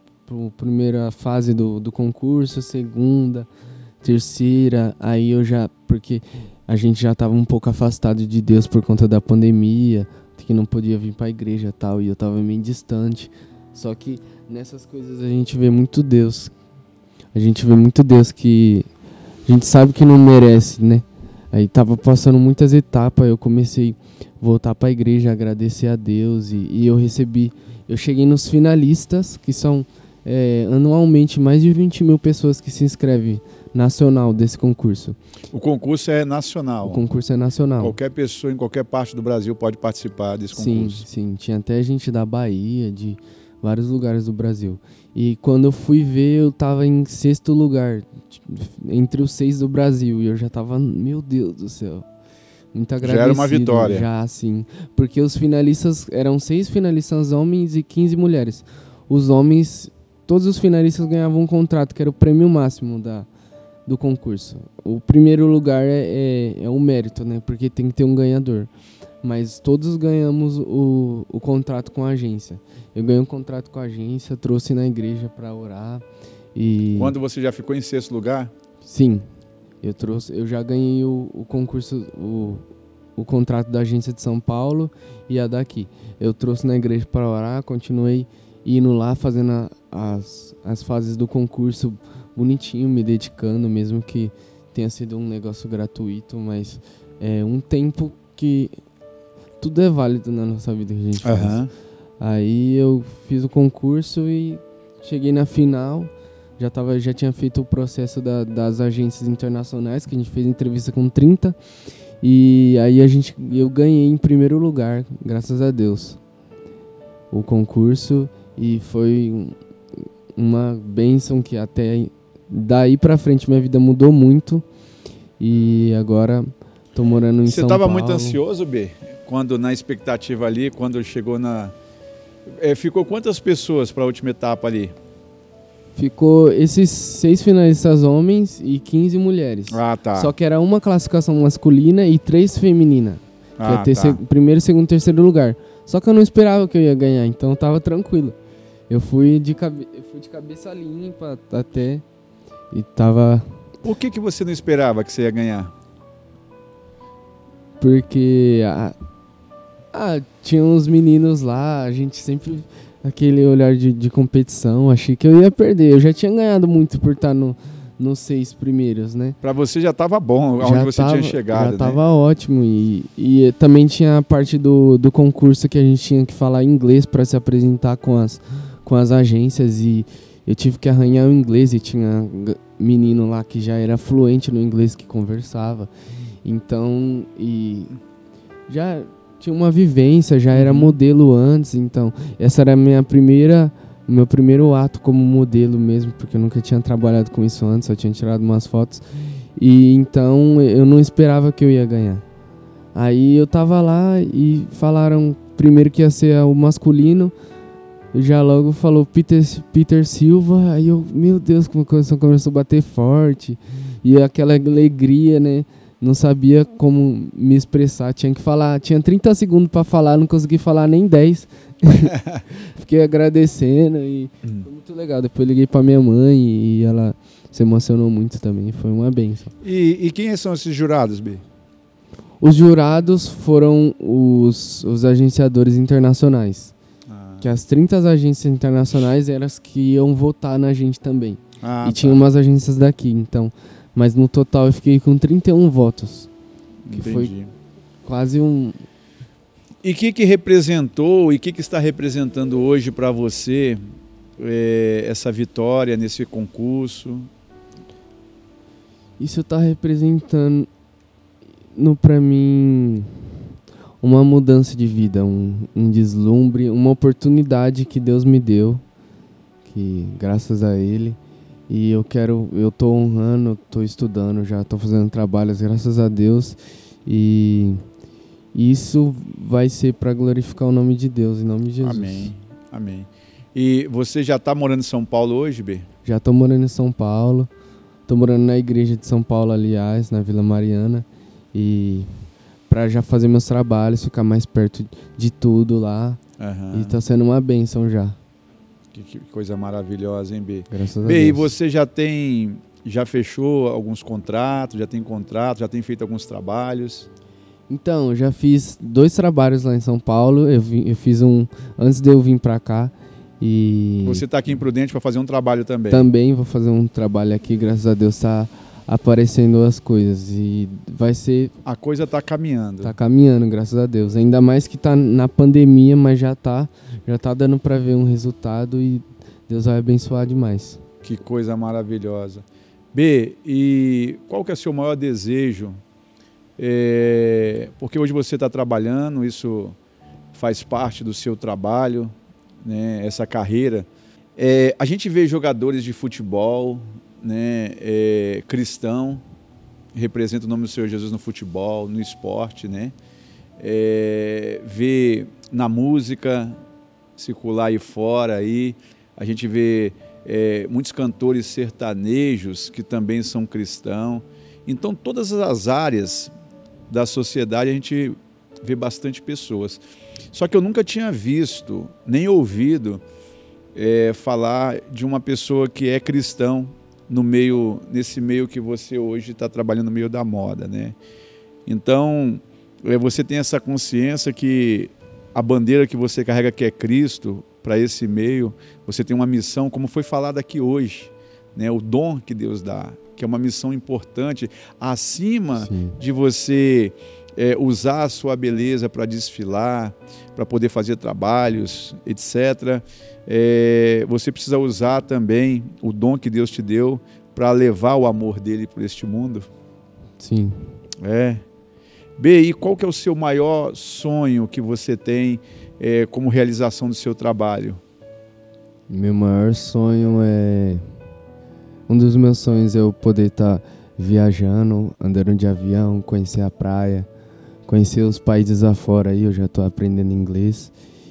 fase do concurso, segunda, terceira, aí porque a gente já estava um pouco afastado de Deus por conta da pandemia, que não podia vir para a igreja e tal, e eu estava meio distante. Só que nessas coisas a gente vê muito Deus. A gente vê muito Deus que a gente sabe que não merece, né? Aí tava passando muitas etapas, eu comecei a voltar para a igreja, agradecer a Deus, e eu cheguei nos finalistas, que são anualmente mais de 20 mil pessoas que se inscrevem nacional desse concurso. O concurso é nacional? O concurso é nacional. Qualquer pessoa em qualquer parte do Brasil pode participar desse concurso? Sim. Tinha até gente da Bahia, de vários lugares do Brasil. E quando eu fui ver, eu tava em 6º lugar, entre os 6 do Brasil. E eu já tava, meu Deus do céu, muito agradecido. Já era uma vitória. Já, sim. Porque os finalistas, eram 6 finalistas homens e 15 mulheres. Os homens, todos os finalistas ganhavam um contrato, que era o prêmio máximo do concurso. O primeiro lugar é o mérito, né? Porque tem que ter um ganhador. Mas todos ganhamos o contrato com a agência. Eu ganhei um contrato com a agência, trouxe na igreja para orar. E quando você já ficou em 6º lugar? Sim. Eu já ganhei o concurso, o contrato da agência de São Paulo e a daqui. Eu trouxe na igreja para orar, continuei indo lá, fazendo as fases do concurso bonitinho, me dedicando, mesmo que tenha sido um negócio gratuito, mas é um tempo que tudo é válido na nossa vida que a gente faz. Aí eu fiz o concurso e cheguei na final, já tinha feito o processo das agências internacionais, que a gente fez entrevista com 30, e aí eu ganhei em primeiro lugar, graças a Deus, o concurso, e foi uma bênção que até daí pra frente minha vida mudou muito, e agora tô morando em São Paulo. Você estava muito ansioso, B? Quando na expectativa ali, quando chegou ficou quantas pessoas para a última etapa ali? Ficou esses 6 finalistas homens e 15 mulheres. Ah, tá. Só que era uma classificação masculina e 3 feminina. Que ia ter tá. Primeiro, segundo, terceiro lugar. Só que eu não esperava que eu ia ganhar, então eu tava tranquilo. Eu fui de cabeça limpa até e tava... Por que você não esperava que você ia ganhar? Porque tinha uns meninos lá, a gente sempre... Aquele olhar de competição, achei que eu ia perder. Eu já tinha ganhado muito por estar nos 6 primeiros, né? Pra você já tava bom, onde você tinha chegado, já tava ótimo. E também tinha a parte do concurso que a gente tinha que falar inglês para se apresentar com as agências. E eu tive que arranhar o inglês e tinha menino lá que já era fluente no inglês, que conversava. Então, e já... tinha uma vivência, já era modelo antes, então essa era meu primeiro ato como modelo mesmo, porque eu nunca tinha trabalhado com isso antes, só tinha tirado umas fotos, e então eu não esperava que eu ia ganhar. Aí eu tava lá e falaram primeiro que ia ser o masculino, já logo falou Peter Silva, aí eu, meu Deus, como a coisa começou a bater forte, e aquela alegria, né, não sabia como me expressar. Tinha que falar, tinha 30 segundos para falar, não consegui falar nem 10. Fiquei agradecendo e foi muito legal. Depois liguei para minha mãe e ela se emocionou muito também. Foi uma bênção. E quem são esses jurados, B? Os jurados foram os agenciadores internacionais. Que as 30 agências internacionais eram as que iam votar na gente também. E tinha umas agências daqui, então. Mas no total eu fiquei com 31 votos. Que foi quase um... E o que representou e o que está representando hoje para você essa vitória nesse concurso? Isso está representando para mim uma mudança de vida, um deslumbre, uma oportunidade que Deus me deu, que graças a Ele. E eu tô honrando, tô estudando, já tô fazendo trabalhos, graças a Deus. E isso vai ser para glorificar o nome de Deus, em nome de Jesus. Amém, amém. E você já tá morando em São Paulo hoje, B? Já tô morando em São Paulo, tô morando na igreja de São Paulo, aliás, na Vila Mariana. E para já fazer meus trabalhos, ficar mais perto de tudo lá. Uhum. E tá sendo uma bênção já. Que coisa maravilhosa, hein, B? Graças a B, Deus. e você já fechou alguns contratos, já tem feito alguns trabalhos? Então, já fiz 2 trabalhos lá em São Paulo. Eu fiz um antes de eu vir pra cá. E você tá aqui em Prudente para fazer um trabalho também? Também vou fazer um trabalho aqui, graças a Deus tá aparecendo as coisas. E vai ser... A coisa tá caminhando. Tá caminhando, graças a Deus. Ainda mais que tá na pandemia, mas já tá dando para ver um resultado e Deus vai abençoar demais. Que coisa maravilhosa. B, e qual que é o seu maior desejo? Porque hoje você está trabalhando, isso faz parte do seu trabalho, né, essa carreira. A gente vê jogadores de futebol, né, cristão, representa o nome do Senhor Jesus no futebol, no esporte, né? Vê na música circular aí fora, aí, a gente vê muitos cantores sertanejos que também são cristãos. Então, todas as áreas da sociedade a gente vê bastante pessoas. Só que eu nunca tinha visto, nem ouvido falar de uma pessoa que é cristão nesse meio que você hoje está trabalhando no meio da moda, né? Então, você tem essa consciência que a bandeira que você carrega, que é Cristo, para esse meio, você tem uma missão, como foi falado aqui hoje, né? O dom que Deus dá, que é uma missão importante, acima Sim. de você usar a sua beleza para desfilar, para poder fazer trabalhos, etc. Você precisa usar também o dom que Deus te deu para levar o amor dele por este mundo. Sim. B, e qual que é o seu maior sonho que você tem como realização do seu trabalho? Meu maior sonho um dos meus sonhos é eu poder estar viajando, andando de avião, conhecer a praia, conhecer os países afora aí. Eu já estou aprendendo inglês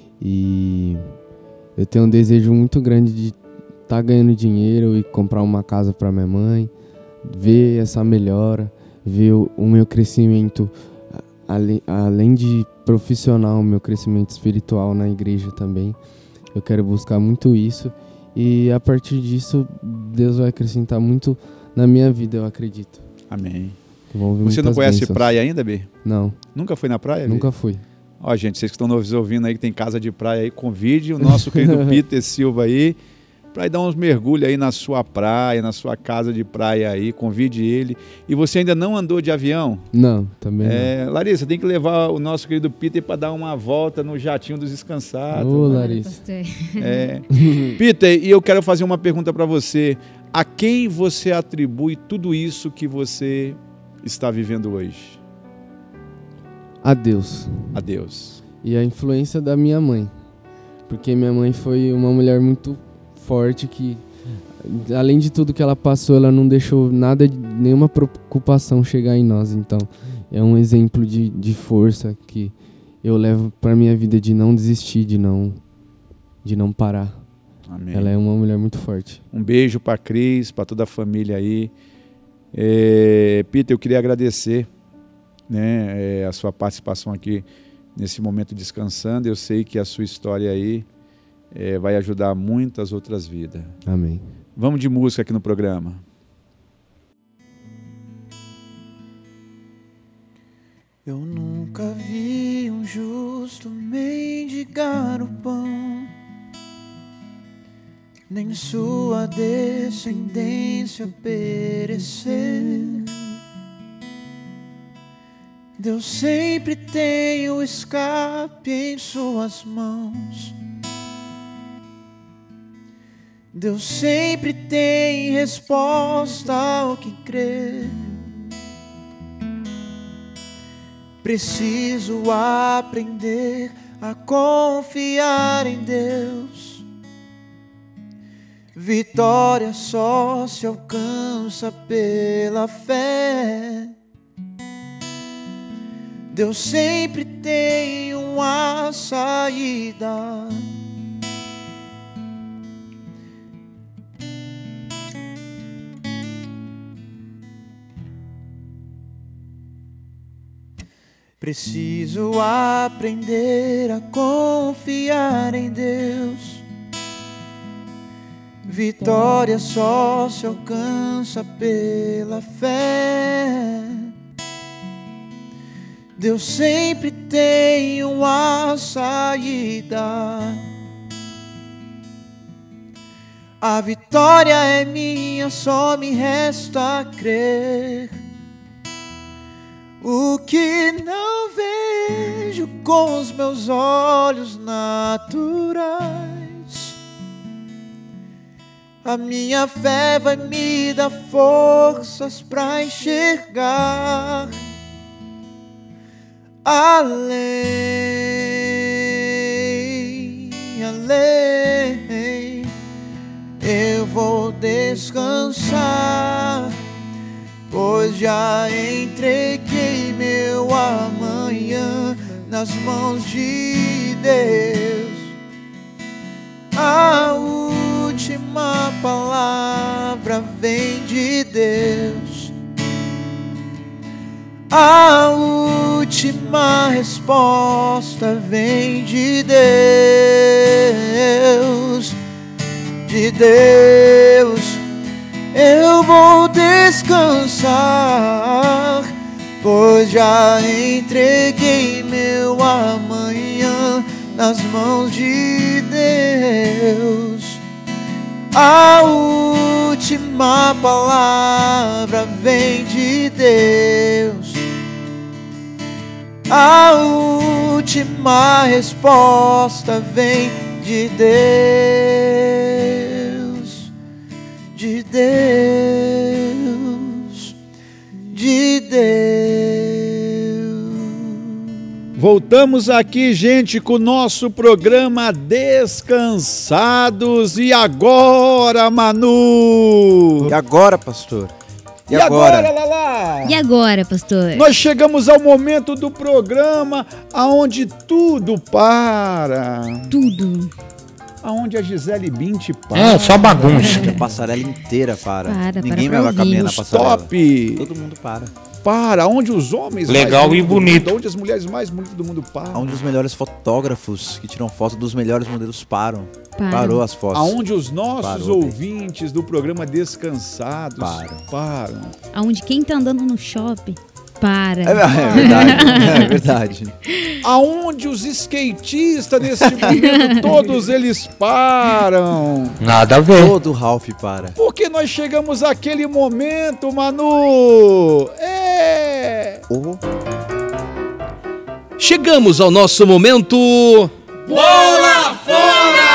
e eu tenho um desejo muito grande de estar ganhando dinheiro e comprar uma casa para minha mãe, ver essa melhora, ver o meu crescimento, além de profissional, o meu crescimento espiritual na igreja também. Eu quero buscar muito isso e a partir disso Deus vai acrescentar muito na minha vida, eu acredito. Amém. Você não conhece bênçãos. praia ainda, B? Não. Nunca foi na praia, B? Nunca fui. Ó, gente, vocês que estão nos ouvindo aí, que tem casa de praia aí, convide o nosso querido Peter Silva aí, para ir dar uns mergulhos aí na sua praia, na sua casa de praia aí, convide ele. E você ainda não andou de avião? Não, também não. Larissa, tem que levar o nosso querido Peter para dar uma volta no jatinho dos descansados. Ô, né? Larissa. Peter, e eu quero fazer uma pergunta para você. A quem você atribui tudo isso que você está vivendo hoje? A Deus. A Deus. E a influência da minha mãe. Porque minha mãe foi uma mulher muito forte que, além de tudo que ela passou, ela não deixou nada, nenhuma preocupação chegar em nós. Então, é um exemplo de força que eu levo para minha vida, de não desistir, de não parar. Amém. Ela é uma mulher muito forte. Um beijo para a Cris, para toda a família aí. Peter, eu queria agradecer né, a sua participação aqui nesse momento descansando. Eu sei que a sua história aí vai ajudar muitas outras vidas. Amém. Vamos de música aqui no programa. Eu nunca vi um justo mendigar o pão, nem sua descendência perecer. Deus sempre tem o escape em suas mãos. Deus sempre tem resposta ao que crê. Preciso aprender a confiar em Deus. Vitória só se alcança pela fé. Deus sempre tem uma saída. Preciso aprender a confiar em Deus. Vitória só se alcança pela fé. Deus sempre tem uma saída. A vitória é minha, só me resta crer. O que não vejo com os meus olhos naturais, a minha fé vai me dar forças pra enxergar além, além. Eu vou descansar, pois já entreguei meu amanhã nas mãos de Deus. A última palavra vem de Deus. A última resposta vem de Deus. De Deus. Eu vou descansar, pois já entreguei meu amanhã nas mãos de Deus. A última palavra vem de Deus. A última resposta vem de Deus. De Deus, de Deus. Voltamos aqui, gente, com o nosso programa Descansados. E agora, Manu? E agora, pastor? E agora, Lala? E agora, pastor? Nós chegamos ao momento do programa aonde tudo para. Tudo. Aonde a Gisele Bündchen para. Só bagunça. A passarela inteira para. Para Ninguém pra vai caminhar na ouvir. passarela. Top! Todo mundo para. Para. Onde os homens Legal mais e bonitos do bonito. mundo, onde as mulheres mais bonitas do mundo param. Onde os melhores fotógrafos que tiram foto dos melhores modelos param. Para. Parou as fotos. Aonde os nossos Parou, bem. ouvintes do programa Descansados param. Aonde quem tá andando no shopping, para. É verdade, é verdade. Aonde os skatistas nesse momento, todos eles param. Nada a ver. Todo Ralph para. Porque nós chegamos àquele momento, Manu. Chegamos ao nosso momento. Bola fora!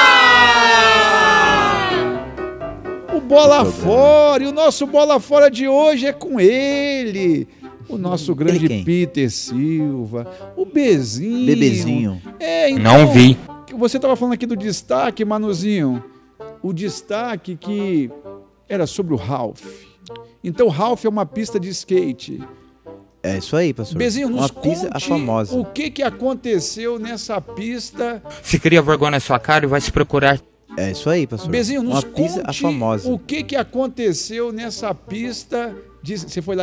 O Bola Fora. E o nosso Bola Fora de hoje é com ele. O nosso grande quem? Peter Silva. O Bezinho. Bebezinho. Então, Não vi. Você estava falando aqui do destaque, Manuzinho. O destaque que era sobre o Ralph. Então, o Ralph é uma pista de skate. É isso aí, pastor. Bezinho, nos uma pista conte famosa. o que aconteceu nessa pista. Se cria vergonha na sua cara e vai se procurar. É isso aí, pastor. Bezinho, nos uma pista conte famosa. o que aconteceu nessa pista. Você foi lá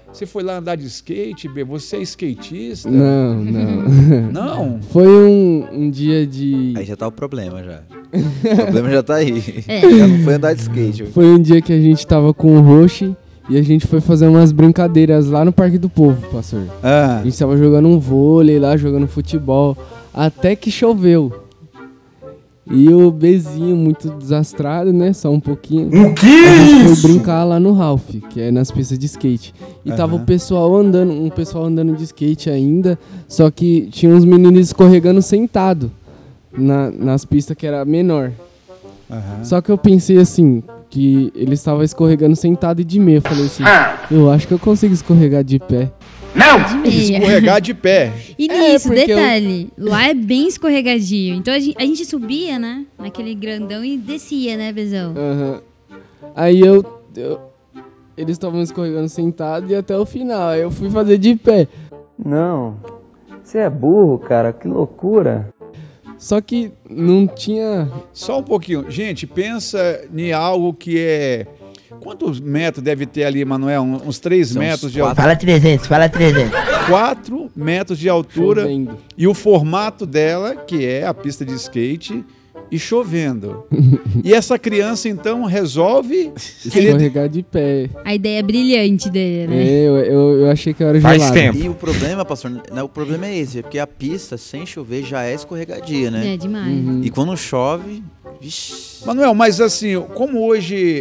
Você foi lá andar de skate, B? Você é skatista? Não. Não? Foi um dia de... Aí já tá o problema já. O problema já tá aí. É. Já não foi andar de skate. Foi um dia que a gente tava com o Roxy e a gente foi fazer umas brincadeiras lá no Parque do Povo, pastor. Ah, A gente tava jogando um vôlei lá, jogando futebol, até que choveu. E o Bezinho, muito desastrado, né? Só um pouquinho. O que A gente isso? foi brincar lá no Ralph, que é nas pistas de skate. E tava o pessoal andando, um pessoal andando de skate ainda, só que tinha uns meninos escorregando sentado nas pistas que era menor. aham. Só que eu pensei assim, que eles estavam escorregando sentado e de meia. Eu falei assim, eu acho que eu consigo escorregar de pé. Não! Escorregar de pé. E nisso, porque detalhe, lá é bem escorregadio. Então a gente subia, né? Naquele grandão e descia, né, Bezão? Aham. Aí eles estavam escorregando sentado e até o final. Aí eu fui fazer de pé. Não, você é burro, cara, que loucura. Só que não tinha... Só um pouquinho. Gente, pensa em algo que é... Quantos metros deve ter ali, Manuel? Uns 3 São metros uns de altura. Fala 300, fala 300. 4 metros de altura. chovendo. E o formato dela, que é a pista de skate, e chovendo. E essa criança, então, resolve... Escorregar de pé. A ideia brilhante dele, né? É, eu achei que eu era Faz gelado. tempo. E o problema, pastor, né, o problema é esse, é porque a pista, sem chover, já é escorregadia, né? É demais. Uhum. E quando chove, vixi. Manuel, mas assim, como hoje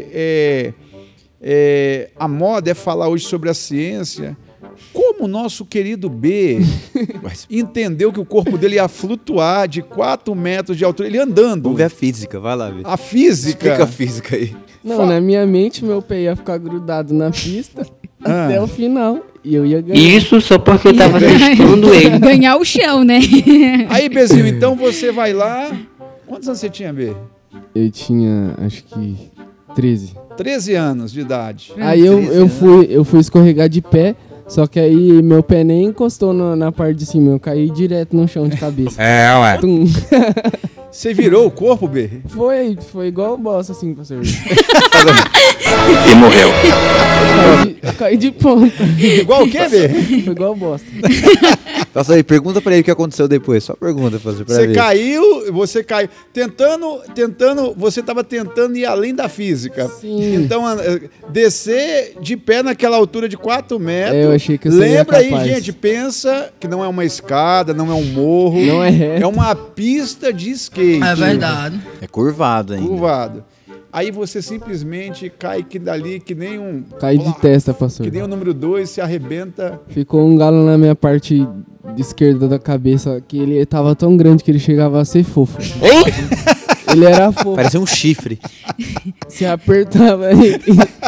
a moda é falar hoje sobre a ciência, como o nosso querido B entendeu que o corpo dele ia flutuar de 4 metros de altura, ele andando. Vamos ver a física, vai lá, ver. A física. Explica a física aí. Não, na minha mente, meu pé ia ficar grudado na pista até o final. E eu ia ganhar. Isso só porque eu tava testando ele. Ganhar o chão, né? Aí, Bezinho, então você vai lá. Quantos anos você tinha, B? Eu tinha, acho que 13. 13 anos de idade. Aí eu fui escorregar de pé, só que aí meu pé nem encostou na parte de cima, eu caí direto no chão de cabeça. É, ué. Tum. Você virou o corpo, B? Foi igual o boss, assim, pastor. E morreu. Eu caí de ponta. Igual o quê, B? Foi igual o boss. Passa aí, pergunta pra ele o que aconteceu depois. Só pergunta, pastor, pra Você ver. você caiu. Você estava tentando ir além da física. Sim. Então, descer de pé naquela altura de 4 metros. Eu achei que eu seria Lembra aí, capaz. gente, pensa que não é uma escada, não é um morro. Não é reto. É uma pista de skate. É verdade. É curvado ainda. Curvado. Aí você simplesmente cai que dali que nem um... Caí de testa, pastor. Que nem o número 2 se arrebenta. Ficou um galo na minha parte esquerda da cabeça, que ele tava tão grande que ele chegava a ser fofo. Ele era fofo. Parecia um chifre. Se apertava aí.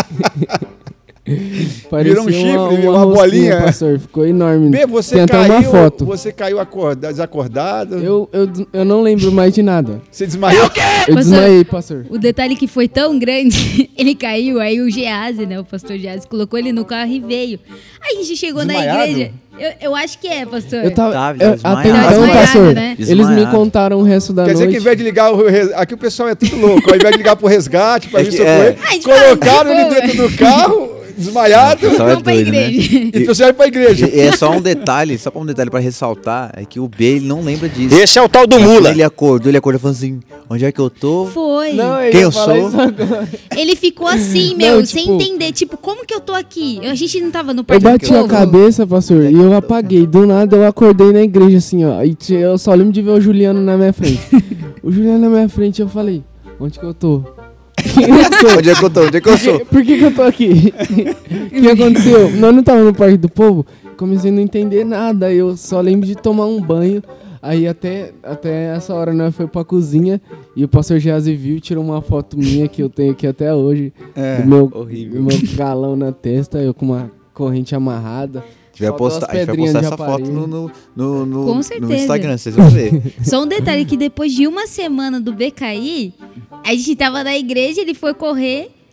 Virou um chifre, uma rosquinha, bolinha. pastor. Ficou enorme. B, você Tem até caiu, uma foto. você caiu desacordado. Eu não lembro mais de nada. Você desmaiou. Eu desmaiei, pastor. O detalhe que foi tão grande, ele caiu, aí o Geazi, né, o pastor Geazi, colocou ele no carro e veio. Aí a gente chegou Desmaiado? na igreja, eu acho que é, pastor. Eu tava, Tava até desmaiado. então, Desmaiado, pastor, né? eles me Desmaiado. contaram o resto da Quer dizer noite. que ao invés de ligar aqui o pessoal é tudo louco. Ao invés de ligar pro resgate, pra É vir que- socorrer, A gente colocaram fala, ele dentro do carro, desmaiado, O pessoal é Vamos pra doido, né? igreja. e trouxeram pra igreja. E é só um detalhe, pra ressaltar, é que o B, ele não lembra disso. Esse é o tal do Mas quando mula. ele acordou falando assim, onde é que eu tô? Foi. Não, ele Quem ia eu falar sou? isso agora. Ele ficou assim, meu, Não, sem tipo- entender. Tipo, como que eu tô aqui? A gente não tava no Eu Parque do bati a Povo? cabeça, pastor, e eu apaguei. Do nada eu acordei na igreja assim, ó. E eu só lembro de ver o Juliano na minha frente. O Juliano na minha frente, eu falei, onde que eu tô? Quem eu sou? Onde é que eu tô? Onde é que eu sou? Por que eu tô aqui? O que aconteceu? Nós não tava no Parque do Povo, comecei a não entender nada. Eu só lembro de tomar um banho. Aí até essa hora nós foi pra cozinha e o pastor Geazi viu e tirou uma foto minha que eu tenho aqui até hoje. É, horrível. Do meu galão na testa, eu com uma corrente amarrada. A gente vai Só duas postar, a gente vai pedrinhas postar de essa foto aparelho. Com no certeza. Instagram, vocês vão ver. Só um detalhe, que depois de uma semana do BKI, a gente tava na igreja, ele foi correr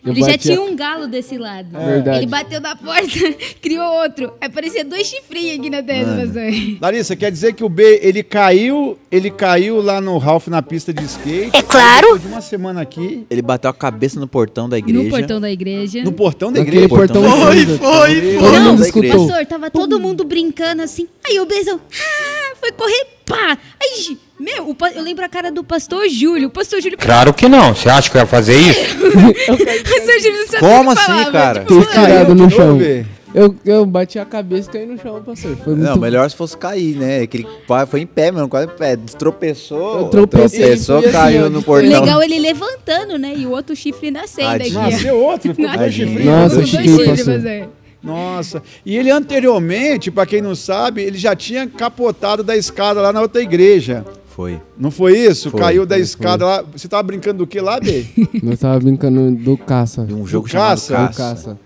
Ele já tinha um galo desse lado. Verdade. Ele bateu na porta, criou outro. Aí parecia 2 chifrinhos aqui na testa, pastor. Larissa, quer dizer que o B, ele caiu lá no Ralph na pista de skate. É claro. Depois de uma semana aqui. Ele bateu a cabeça no portão da igreja. No portão da igreja. No portão da Naquele igreja? portão Foi. Todo Não, mundo escutou. pastor, tava todo mundo brincando assim. Aí o Bezão, foi correr, pá. Aí, eu lembro a cara do pastor Júlio. O pastor Júlio... Claro que não. Você acha que eu ia fazer isso? O pastor Júlio não sabia Como o que assim, falava, cara? tipo, Tô tirado no chão. B? Eu bati a cabeça e caí no chão, pastor. Foi muito... Não, melhor se fosse cair, né? Aquele pai foi em pé mesmo, quase em pé. Tropeçou. Eu tropecei, fui assim, caiu ó, no O portão. legal é ele levantando, né? E o outro chifre nascendo aqui. Tadinho. ó. Nasceu outro, ficou com 2 Tadinho. chifrinhos. Nossa, Dois fiquei, chifres, pastor. pastor. Nossa. E ele anteriormente, pra quem não sabe, ele já tinha capotado da escada lá na outra igreja. Foi. Não foi isso? Foi, Caiu da escada lá. Você tava brincando do que lá, B? Nós tava brincando do caça. De um jogo Do chamado caça? Do caça.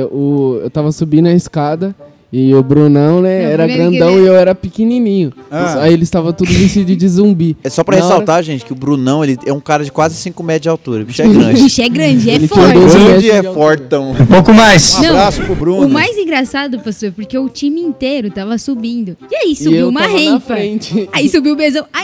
Eu tava subindo a escada e o Brunão, né, Não, era primeiro que grandão ele- e eu era pequenininho. Ah. Aí eles estavam tudo vestidos de zumbi. É só pra Na hora- ressaltar, gente, que o Brunão, ele é um cara de quase 5 metros de altura. O bicho é O grande. bicho é grande, é Ele tinha forte. 12 metros Grande de é altura. fortão. Pouco mais. Um Não, abraço pro Bruno. O mais engraçado, pastor, porque o time inteiro tava subindo. E aí E subiu eu uma tava na renfa. frente. Aí subiu o Bezão. Ai,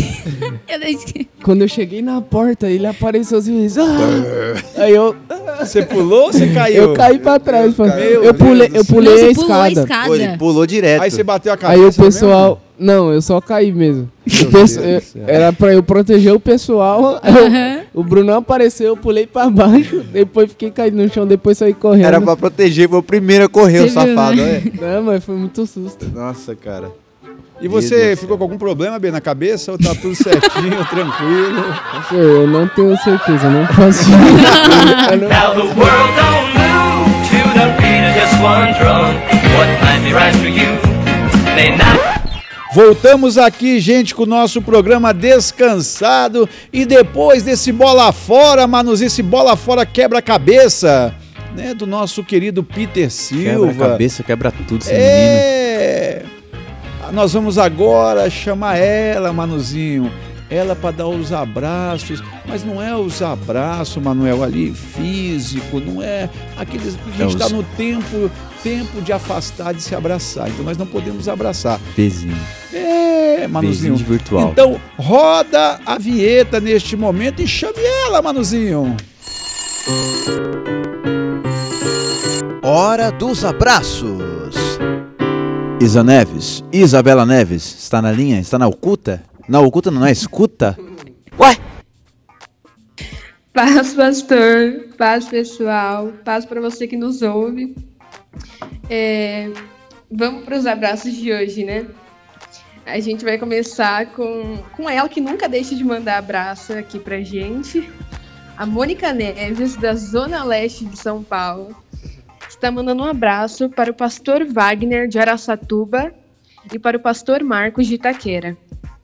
eu não esqueci. Quando eu cheguei na porta, ele apareceu assim, fez, aí eu Você pulou ou você caiu? eu caí pra trás. Meu Eu pulei, Deus eu do pulei Nossa, a pulou a escada. escada. Pô, ele pulou direto. Aí você bateu a cabeça Aí o pessoal, mesmo? não, eu só caí mesmo. Deus do céu. Era pra eu proteger o pessoal. O Brunão apareceu, eu pulei pra baixo, depois fiquei caído no chão, depois saí correndo. Era pra proteger, foi o primeiro a correr, o Você viu, safado. né? Olha. Não, mas foi muito susto. Nossa, cara. E você ficou com algum problema, B, na cabeça? Ou tá tudo certinho, tranquilo? Pastor, eu não tenho certeza, não posso. Eu não- Now the world don't move to the beat of just one drum. What might be right for you may not. Voltamos aqui, gente, com o nosso programa Descansado. E depois desse bola fora, Manus, esse bola fora quebra-cabeça, né, do nosso querido Peter Silva. Quebra a cabeça, quebra tudo, esse menino. É. Nós vamos agora chamar ela, Manuzinho. Ela para dar os abraços, mas não é os abraços, Manuel, ali físico, não é aqueles que a gente está no tempo de afastar, de se abraçar. Então nós não podemos abraçar. Pezinho. É, Manuzinho. Beijinho virtual. Então roda a vinheta neste momento e chame ela, Manuzinho. Hora dos abraços. Isa Neves, Isabela Neves, está na linha? Está na oculta? Na oculta não é escuta? Ué, Paz, pastor. Paz, pessoal. Paz para você que nos ouve. Vamos para os abraços de hoje, né? A gente vai começar com ela, que nunca deixa de mandar abraço aqui pra gente. A Mônica Neves, da Zona Leste de São Paulo, está mandando um abraço para o pastor Wagner, de Araçatuba, e para o pastor Marcos, de Itaquera.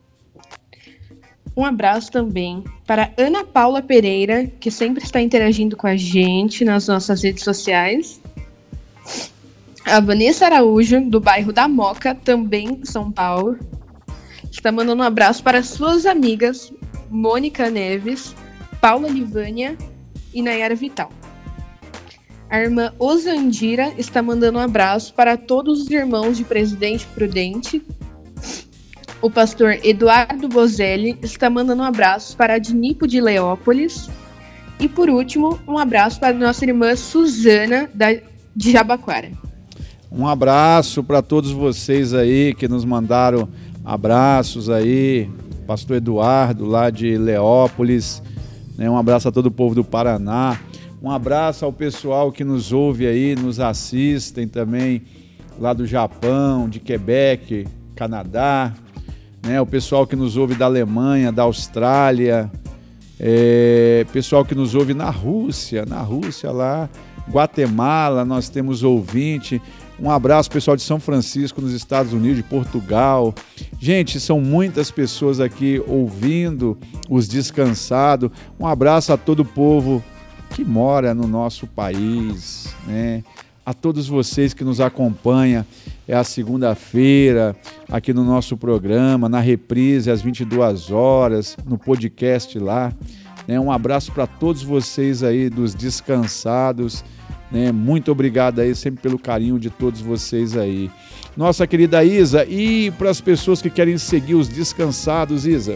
Um abraço também para Ana Paula Pereira, que sempre está interagindo com a gente nas nossas redes sociais. A Vanessa Araújo, do bairro da Moca, também em São Paulo, está mandando um abraço para suas amigas Mônica Neves, Paula Livânia e Nayara Vital. A irmã Osandira está mandando um abraço para todos os irmãos de Presidente Prudente. O pastor Eduardo Bozelli está mandando um abraço para a Dinipo de Leópolis. E por último, um abraço para nossa irmã Suzana, de Jabaquara. Um abraço para todos vocês aí que nos mandaram abraços aí. Pastor Eduardo, lá de Leópolis. Né? Um abraço a todo o povo do Paraná. Um abraço ao pessoal que nos ouve aí, nos assistem também, lá do Japão, de Quebec, Canadá. Né? O pessoal que nos ouve da Alemanha, da Austrália. Pessoal que nos ouve na Rússia lá, Guatemala, nós temos ouvinte. Um abraço pessoal de São Francisco, nos Estados Unidos, de Portugal. Gente, são muitas pessoas aqui ouvindo os Descansados. Um abraço a todo o povo que mora no nosso país, né? A todos vocês que nos acompanham, é a segunda-feira, aqui no nosso programa, na reprise, às 22 horas, no podcast lá. né? Um abraço para todos vocês aí dos Descansados, né? Muito obrigado aí sempre pelo carinho de todos vocês aí. Nossa querida Isa, e para as pessoas que querem seguir os Descansados, Isa?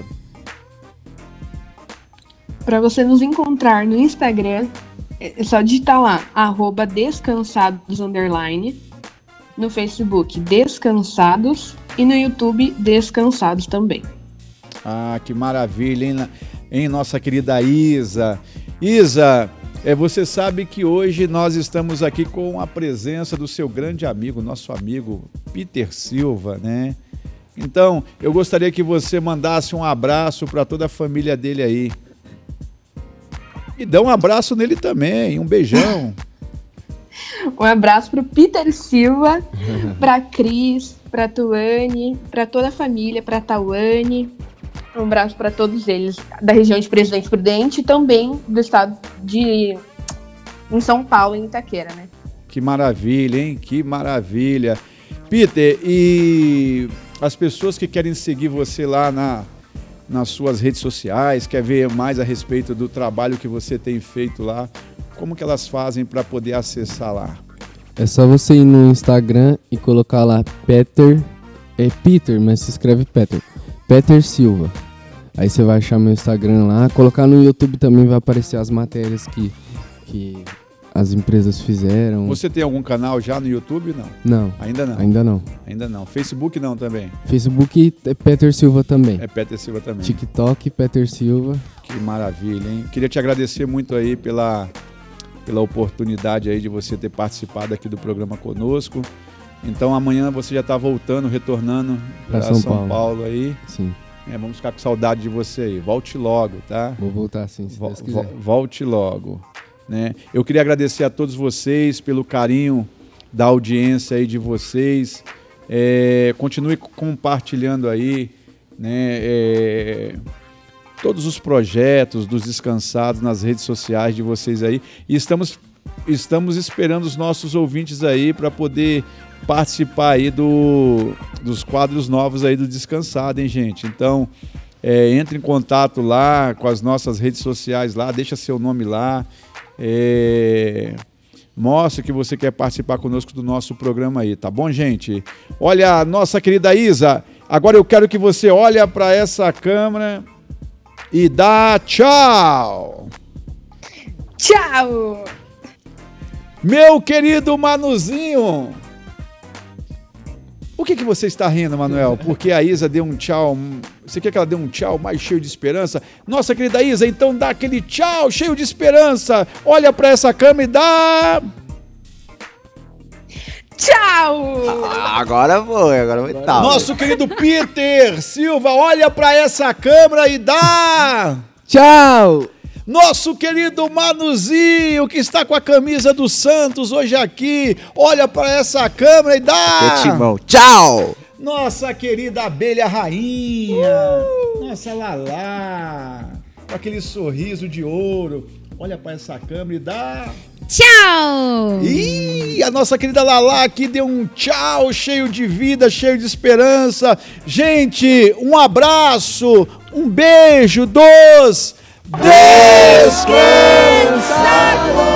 Para você nos encontrar no Instagram, é só digitar lá, @descansados_, no Facebook Descansados e no YouTube Descansados também. Ah, que maravilha, hein, nossa querida Isa. Isa, você sabe que hoje nós estamos aqui com a presença do seu grande amigo, nosso amigo Peter Silva, né? Então, eu gostaria que você mandasse um abraço para toda a família dele aí. E dá um abraço nele também, um beijão. Um abraço pro Peter Silva, pra Cris, pra Tuane, pra toda a família, pra Tawane. Um abraço para todos eles, da região de Presidente Prudente e também do estado em São Paulo, em Itaquera, né? Que maravilha, hein? Que maravilha. Peter, e as pessoas que querem seguir você lá nas suas redes sociais, quer ver mais a respeito do trabalho que você tem feito lá, como que elas fazem para poder acessar lá? É só você ir no Instagram e colocar lá Peter, mas se escreve Peter Silva. Aí você vai achar meu Instagram lá, colocar no YouTube também vai aparecer as matérias que as empresas fizeram. Você tem algum canal já no YouTube? Não. Não. Ainda não? Ainda não. Ainda não. Facebook não também? Facebook é Peter Silva também. É Peter Silva também. TikTok, Peter Silva. Que maravilha, hein? Queria te agradecer muito aí pela oportunidade aí de você ter participado aqui do programa conosco. Então amanhã você já está voltando, retornando para São Paulo aí. Sim. Vamos ficar com saudade de você aí. Volte logo, tá? Vou voltar sim, se Deus quiser. Volte logo. Né? Eu queria agradecer a todos vocês pelo carinho da audiência aí de vocês. Continue compartilhando aí, né? Todos os projetos dos Descansados nas redes sociais de vocês aí. E estamos esperando os nossos ouvintes aí para poder participar aí dos quadros novos aí do Descansado, hein, gente? Então, entre em contato lá com as nossas redes sociais lá, deixa seu nome lá, mostra que você quer participar conosco do nosso programa aí, tá bom, gente? Olha, nossa querida Isa, agora eu quero que você olhe para essa câmera e dá tchau! Tchau! Meu querido Manuzinho! Por que você está rindo, Manuel? Porque a Isa deu um tchau. Você quer que ela dê um tchau mais cheio de esperança? Nossa querida Isa, então dá aquele tchau cheio de esperança. Olha para essa câmera e dá... Tchau! Agora foi tal. Nosso querido Peter Silva, olha para essa câmera e dá... Tchau! Nosso querido Manuzinho, que está com a camisa do Santos hoje aqui, olha para essa câmera e dá... Timão. Tchau! Nossa querida abelha rainha, nossa Lalá, com aquele sorriso de ouro, olha para essa câmera e dá... Tchau! Ih, a nossa querida Lalá aqui deu um tchau cheio de vida, cheio de esperança. Gente, um abraço, um beijo dos... Descansados!